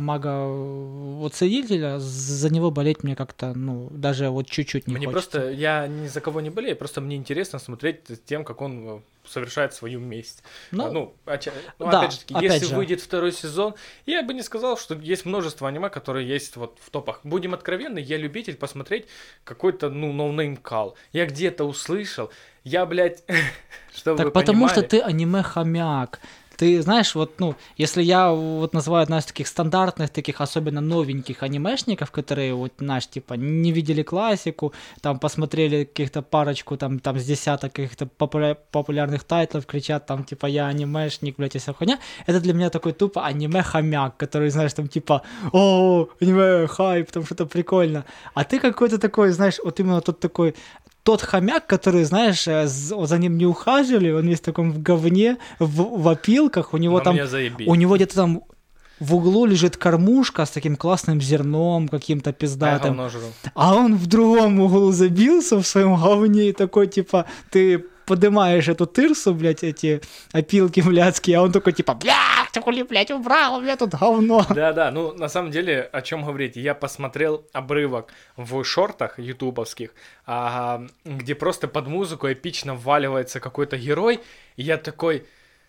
мага-целителя, за него болеть мне как-то, ну, даже вот чуть-чуть не мне хочется. Просто, я ни за кого не болею, просто мне интересно смотреть с тем, как он совершает свою месть. Ну, ну, оча... ну да, опять же, таки, опять если же. выйдет второй сезон, я бы не сказал, что есть множество аниме, которые есть вот в топах. Будем откровенны, я любитель посмотреть какой-то, ну, ноунейм кал. Я где-то услышал, я, блядь, чтобы так вы потому понимали... что ты аниме-хомяк. Ты знаешь, вот, ну, если я вот называю, знаешь, таких стандартных, таких особенно новеньких анимешников, которые, вот, знаешь, типа, не видели классику, там, посмотрели каких-то парочку, там, там, с десяток каких-то популя- популярных тайтлов, кричат, там, типа, я анимешник, блядь, и вся хуйня, это для меня такой тупо аниме-хомяк, который, знаешь, там, типа, о, аниме, хайп, там, что-то прикольно. А ты какой-то такой, знаешь, вот именно тот такой... Тот хомяк, который, знаешь, за ним не ухаживали, он весь в таком в говне, в, в опилках, у него Но там, у него где-то там в углу лежит кормушка с таким классным зерном каким-то пиздатым, а, а он в другом углу забился в своем говне и такой, типа, ты поднимаешь эту тырсу, блядь, эти опилки блядские, а он такой, типа, блядь, ты хули, блядь, убрал, у меня тут говно. Да-да, ну, на самом деле, о чем говорить, я посмотрел обрывок в шортах ютубовских, а, где просто под музыку эпично вваливается какой-то герой, и я такой,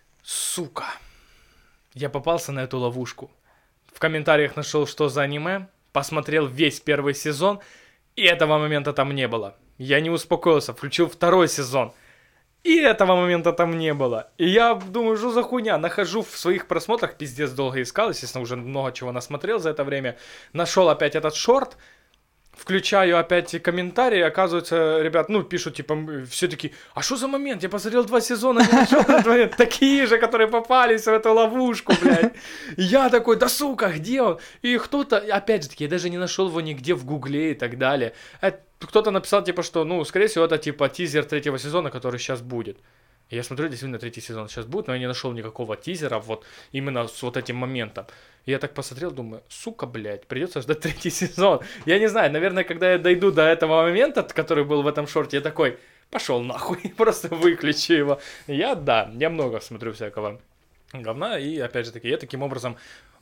сука, я попался на эту ловушку. В комментариях нашел, что за аниме, посмотрел весь первый сезон, и этого момента там не было. Я не успокоился, включил второй сезон, и этого момента там не было. И я думаю, что за хуйня? Нахожу в своих просмотрах, пиздец долго искал, естественно, уже много чего насмотрел за это время. Нашел опять этот шорт, включаю опять комментарии, оказывается, ребят, ну, пишут, типа, все таки, а что за момент? Я посмотрел два сезона, не нашел этот момент. Такие же, которые попались в эту ловушку, блядь. И я такой, да сука, где он? И кто-то, опять же таки, я даже не нашел его нигде в гугле и так далее. Кто-то написал, типа, что, ну, скорее всего, это, типа, тизер третьего сезона, который сейчас будет. И я смотрю, действительно, третий сезон сейчас будет, но я не нашел никакого тизера вот именно с вот этим моментом. И я так посмотрел, думаю, сука, блядь, придется ждать третий сезон. Я не знаю, наверное, когда я дойду до этого момента, который был в этом шорте, я такой, пошел нахуй, просто выключу его. Я, да, я много смотрю всякого говна, и, опять же таки, я таким образом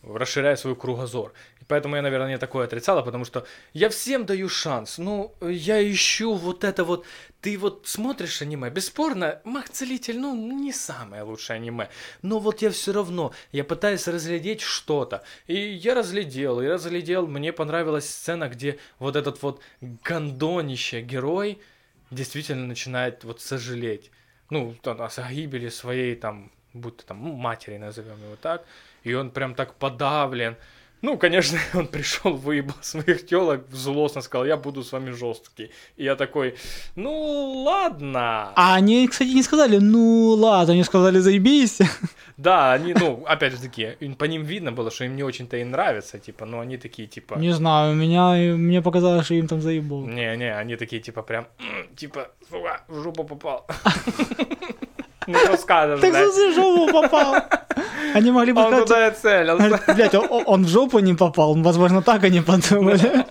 расширяю свой кругозор. И поэтому я, наверное, не такое отрицала, потому что я всем даю шанс. Ну, я ищу вот это вот... Ты вот смотришь аниме, бесспорно, Маг-Целитель, ну, не самое лучшее аниме. Но вот я все равно, я пытаюсь разглядеть что-то. И я разглядел, и разглядел. Мне понравилась сцена, где вот этот вот гондонище герой действительно начинает вот сожалеть. Ну, там, о гибели своей, там, будто там, ну, матери, назовем его так. И он прям так подавлен. Ну, конечно, он пришел, выебал своих телок, злостно сказал, я буду с вами жесткий. И я такой, ну, ладно. А они, кстати, не сказали, ну, ладно, они сказали, заебись. Да, они, ну, опять же таки, по ним видно было, что им не очень-то и нравится, типа, но они такие, типа... Не знаю, меня, мне показалось, что им там заебал. Не-не, они такие, типа, прям, типа, сука, в жопу попал. Ну, что скажешь, так блядь. в жопу попал. Они могли бы Он сказать... туда и целился. Блядь, он, он в жопу не попал. Возможно, так они подумали.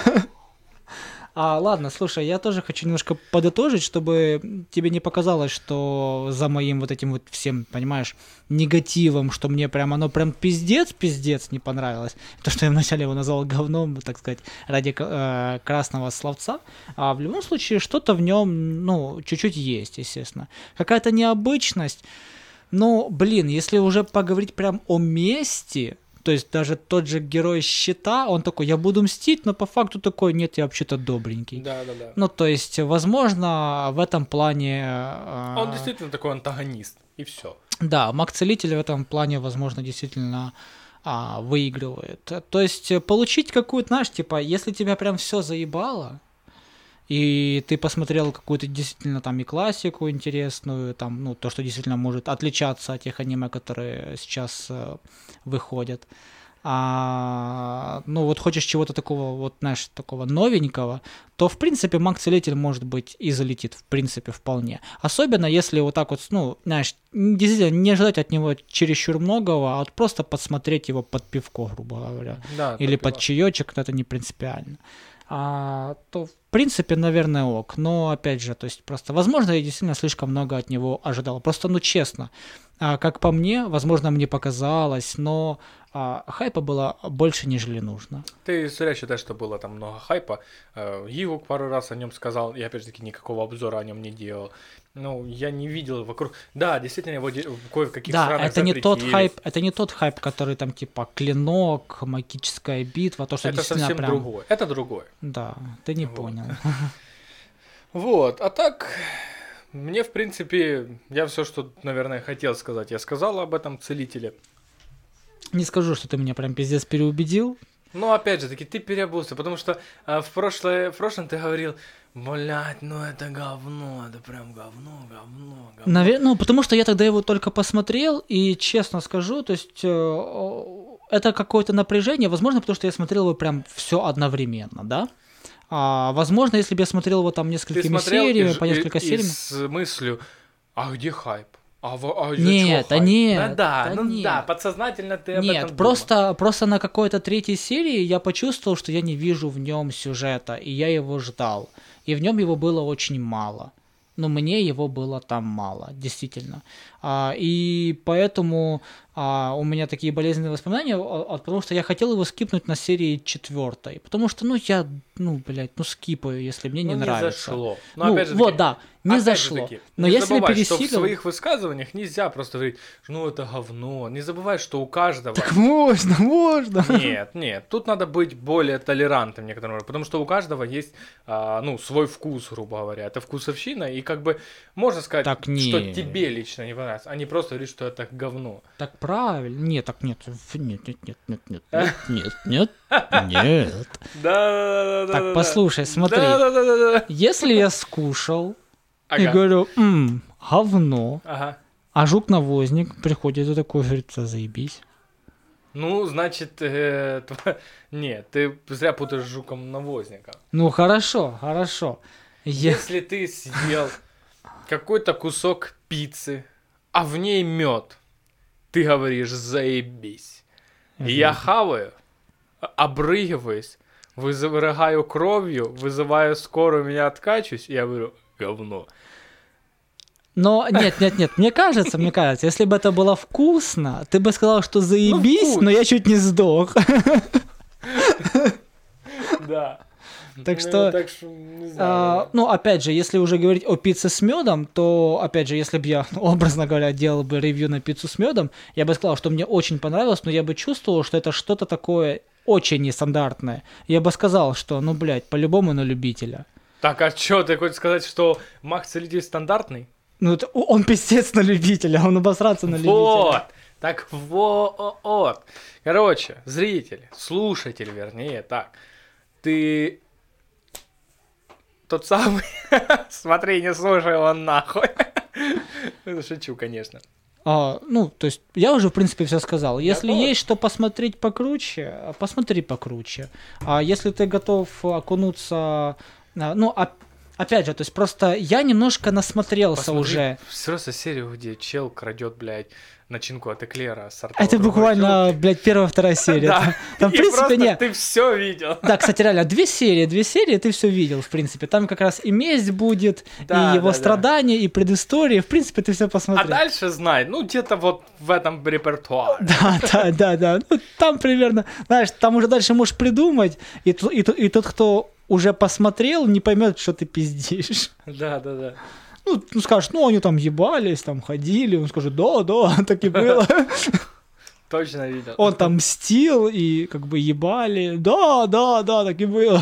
А, ладно, слушай, я тоже хочу немножко подытожить, чтобы тебе не показалось, что за моим вот этим вот всем, понимаешь, негативом, что мне прям оно прям пиздец-пиздец не понравилось. То, что я вначале его назвал говном, так сказать, ради э, красного словца. А в любом случае, что-то в нем, ну, чуть-чуть есть, естественно. Какая-то необычность. Ну, блин, если уже поговорить прям о мести... То есть даже тот же герой Щита, он такой, я буду мстить, но по факту такой, нет, я вообще-то добренький. Да, да, да. Ну, то есть, возможно, в этом плане... Э, Он действительно такой антагонист, и все. Да, Маг-Целитель в этом плане, возможно, действительно а, выигрывает. То есть, получить какую-то, знаешь, типа, если тебя прям все заебало, и ты посмотрел какую-то действительно там и классику интересную, там, ну, то, что действительно может отличаться от тех аниме, которые сейчас э, выходят. А, ну, вот хочешь чего-то такого, вот, знаешь, такого новенького, то, в принципе, Маг-Целитель, может быть, и залетит, в принципе, вполне. Особенно, если вот так вот, ну, знаешь, действительно, не ожидать от него чересчур многого, а вот просто подсмотреть его под пивко, грубо говоря. Да, или под чаечек, это не принципиально. А, то, в принципе, наверное, ок. Но, опять же, то есть просто, возможно, я действительно слишком много от него ожидал. Просто, ну, честно, а, как по мне, возможно, мне показалось, но а, хайпа было больше, нежели нужно. Ты зря считаешь, что было там много хайпа. Ивук пару раз о нем сказал, я, опять же таки, никакого обзора о нем не делал. Ну, я не видел вокруг... Да, действительно, его де... кое-в-каких да, странах это не тот запретили. хайп, это не тот хайп, который там, типа, клинок, магическая битва, то, что это действительно совсем прям... другое. Это другое. Да, ты не Вот. понял. Вот, а так... Мне, в принципе, я все, что, наверное, хотел сказать, я сказал об этом Целителе. Не скажу, что ты меня прям пиздец переубедил. Ну, опять же таки, ты переобулся, потому что а, в, прошлое, в прошлом ты говорил, блядь, ну это говно, это прям говно, говно, говно. Навер... Ну, потому что я тогда его только посмотрел, и честно скажу, то есть э, это какое-то напряжение, возможно, потому что я смотрел его прям все одновременно, да? А, возможно, если бы я смотрел его там несколькими сериями, и, по несколько и, серий. И с мыслью, а где хайп? А, а нет, а нет, ну, да, да ну нет. да, подсознательно ты об Нет, этом просто, думал. просто на какой-то третьей серии я почувствовал, что я не вижу в нем сюжета, и я его ждал. И в нем его было очень мало. Но мне его было там мало, действительно. А, и поэтому а, у меня такие болезненные воспоминания, а, потому что я хотел его скипнуть на серии четвертой. Потому что, ну, я, ну, блядь, ну, скипаю, если мне ну, не, не нравится. зашло. Но, ну, опять же вот, таки, да, не опять зашло. же таки, Но не если забывай, пересилил... что в своих высказываниях нельзя просто говорить, ну, это говно. Не забывай, что у каждого... Так можно, можно. Нет, нет, тут надо быть более толерантным некоторым, потому что у каждого есть, а, ну, свой вкус, грубо говоря. Это вкусовщина, и как бы можно сказать, так что не. тебе лично не понравится, а не просто говорить, что это говно. Так правильно. Нет, так нет. Нет, нет, нет, нет, нет, нет, нет, нет, нет. Да, да, да. Так, послушай, смотри. Да, да, да, да. Если я скушал и Ага. говорю, ммм, говно, Ага. а жук-навозник приходит и такой говорит, заебись. Ну, значит, э, тв- нет, ты зря путаешь с жуком-навозником. Ну, хорошо, хорошо. Я... Если ты съел какой-то кусок пиццы, а в ней мед, ты говоришь, заебись. И я хаваю, обрыгиваюсь, вызываю кровью, вызываю скорую, меня откачусь, и я говорю, говно. Но нет, нет, нет, мне кажется, мне кажется, если бы это было вкусно, ты бы сказал, что заебись, Ну, но я чуть не сдох. Да. Так Ну, что, так что, не знаю. а, ну, опять же, если уже говорить о пицце с медом, то, опять же, если бы я, образно говоря, делал бы ревью на пиццу с медом, я бы сказал, что мне очень понравилось, но я бы чувствовал, что это что-то такое очень нестандартное. Я бы сказал, что, ну, блядь, по-любому на любителя. Так, а что, ты хочешь сказать, что Маг-целитель стандартный? Ну, это, он пиздец на любителя, он обосраться на любителя. Вот! Так вот! Короче, зритель, слушатель, вернее, так. Ты тот самый... Смотри, не слушай его нахуй. Шучу, конечно. А, ну, то есть, я уже, в принципе, все сказал. Если Готов? есть что посмотреть покруче, посмотри покруче. А если ты готов окунуться... а, Ну, оп- опять же, то есть, просто я немножко насмотрелся уже. Просто серию, где чел крадет, блядь, начинку от эклера с рта Это у другой буквально, тёлки. блядь, первая-вторая серия. Да. Там, там, в И принципе, просто не... ты все видел. Да, кстати, реально, две серии, две серии ты все видел, в принципе. Там как раз и месть будет, Да, и его да, да. страдания, и предыстория. В принципе, ты все А посмотрел. дальше знай, ну где-то вот в этом репертуаре. Да, да, да, да. Ну, там примерно, знаешь, там уже дальше можешь придумать, и, ту- и, ту- и тот, кто уже посмотрел, не поймет, что ты пиздишь. Да, да, да. Ну, ну, скажешь, ну, они там ебались, там ходили. Он скажет, да, да, так и было. Точно видел. Он там мстил, и как бы ебали. Да, да, да, так и было.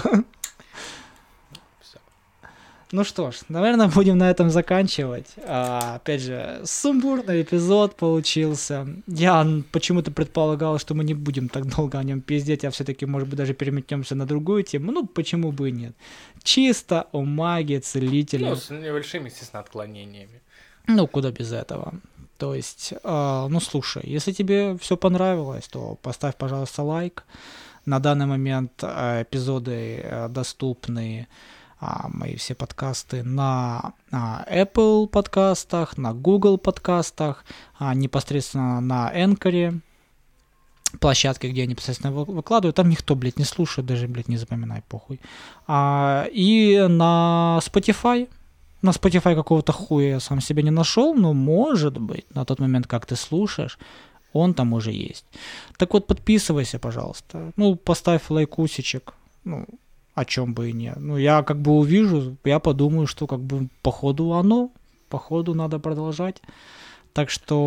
Всё. Ну что ж, наверное, будем на этом заканчивать. А, опять же, сумбурный эпизод получился. Я почему-то предполагал, что мы не будем так долго о нем пиздеть, а все-таки, может быть, даже переметнемся на другую тему. Ну, почему бы и нет. Чисто о магии, целителе. Ну, с небольшими, естественно, отклонениями. Ну, куда без этого. То есть, э, ну, слушай, если тебе все понравилось, то поставь, пожалуйста, лайк. На данный момент э, эпизоды э, доступны, а, мои все подкасты на а, Apple подкастах, на Google подкастах, а, непосредственно на Anchor, площадке, где я непосредственно вы- выкладываю. Там никто, блядь, не слушает, даже, блядь, не запоминай, похуй. А, и на Spotify. На Spotify какого-то хуя я сам себе не нашел, но, может быть, на тот момент, как ты слушаешь, он там уже есть. Так вот, подписывайся, пожалуйста. Ну, поставь лайкусичек. Ну, о чем бы и не. Ну, я как бы увижу, я подумаю, что как бы походу оно, походу надо продолжать. Так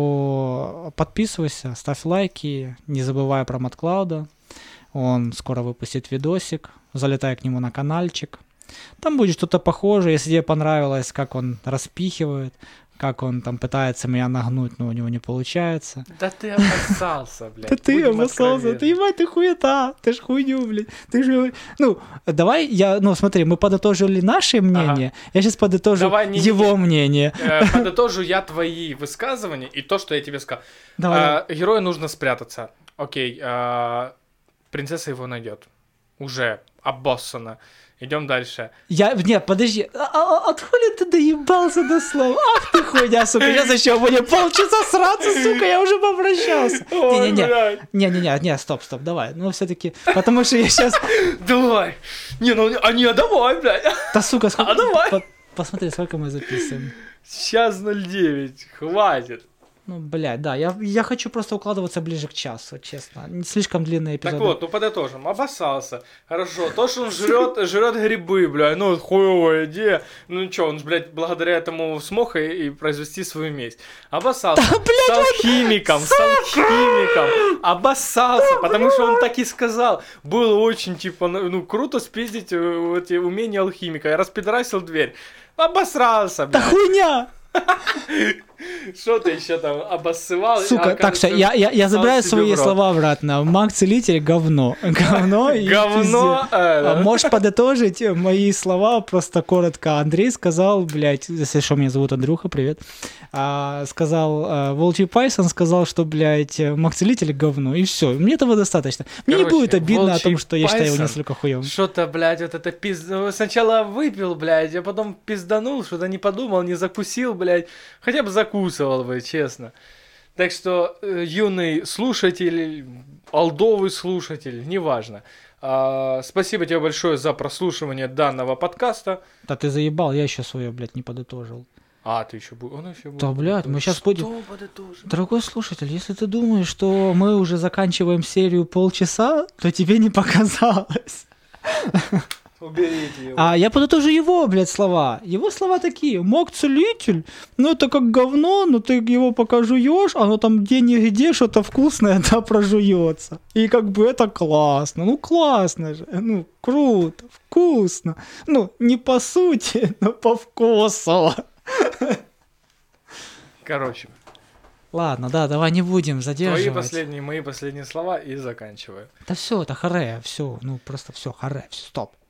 что подписывайся, ставь лайки, не забывай про Матклауда. Он скоро выпустит видосик, залетай к нему на каналчик. Там будет что-то похожее, если тебе понравилось, как он распихивает, как он там пытается меня нагнуть, но у него не получается. Да ты обоссался, блядь. Да ты будем обоссался, откровенны. ты, ебать, ты хуета, ты ж хуйню, блядь. Ты же, ну, давай я, ну, смотри, мы подытожили наше мнение, я сейчас подытожу Давай, не- его не- мнение. Э, Подытожу я твои высказывания и то, что я тебе сказал. Давай. А, Герою нужно спрятаться. Окей, а, принцесса его найдет. Уже обоссана. Идем дальше. Я, нет, подожди, а, а, от хули ты доебался до слова? Ах ты хуйня, сука, сейчас еще будем полчаса сраться, сука, я уже попрощался. Ой, Не-не-не, блядь. не-не-не, не, стоп, стоп, давай, ну все-таки, потому что я сейчас, Давай. Не, ну, а не, давай, блядь. да, сука, сколько, А давай. по- посмотри, сколько мы записываем. Сейчас ноль девять, хватит. Ну, блядь, да, я, я хочу просто укладываться ближе к часу, честно, не слишком длинные эпизоды. Так вот, ну подытожим. Обоссался. Хорошо. То, что он жрет, жрет грибы, блядь, ну хуевая идея. Ну что, он же, блядь, благодаря этому смог и, и произвести свою месть. Обоссался. Да, блядь, с алхимиком, с алхимиком. Обоссался, потому что он так и сказал. Было очень, типа, ну, ну, круто спиздить э, эти умения алхимика. Я распидорасил дверь. Обосрался, Да блядь. хуйня! Что ты еще там обоссывал? Сука, А, так, все, кажется, я, я, я сам забираю себе свои в рот. слова обратно. Маг-целитель — говно. Говно и Говно, пиздец. э, да. А можешь подытожить мои слова просто коротко. Андрей сказал, блядь, если что, меня зовут Андрюха, привет. А, сказал, а, Волчий Пайсон сказал, что, блядь, Маг-целитель — говно. И все, мне этого достаточно. Мне не Короче, будет обидно о Волчий том, что я считаю его Пайсон несколько хуёвым. Что-то, блядь, вот это пиз... ну, сначала выпил, блядь, а потом пизданул, что-то не подумал, не закусил, блядь. Хотя бы закусывал бы, честно. Так что, э, юный слушатель, олдовый слушатель, неважно. А, спасибо тебе большое за прослушивание данного подкаста. Да ты заебал, я еще свое, блядь, не подытожил. А, ты еще будешь? Он еще будет. Да, блядь, мы сейчас будем... Что подытожим? Дорогой слушатель, если ты думаешь, что мы уже заканчиваем серию полчаса, то тебе не показалось. Уберите его. А я подытожу его, блядь, слова. Его слова такие: маг-целитель, ну это как говно, но ты его пока жуешь, оно там где-нигде что-то вкусное, да, прожуется. И как бы это классно, ну классно же, ну круто, вкусно. Ну, не по сути, но по вкусу. Короче, Ладно, да, давай не будем задерживать. твои последние, мои последние слова и заканчиваю. Да все, это харе, все, ну просто все, харе, все, стоп.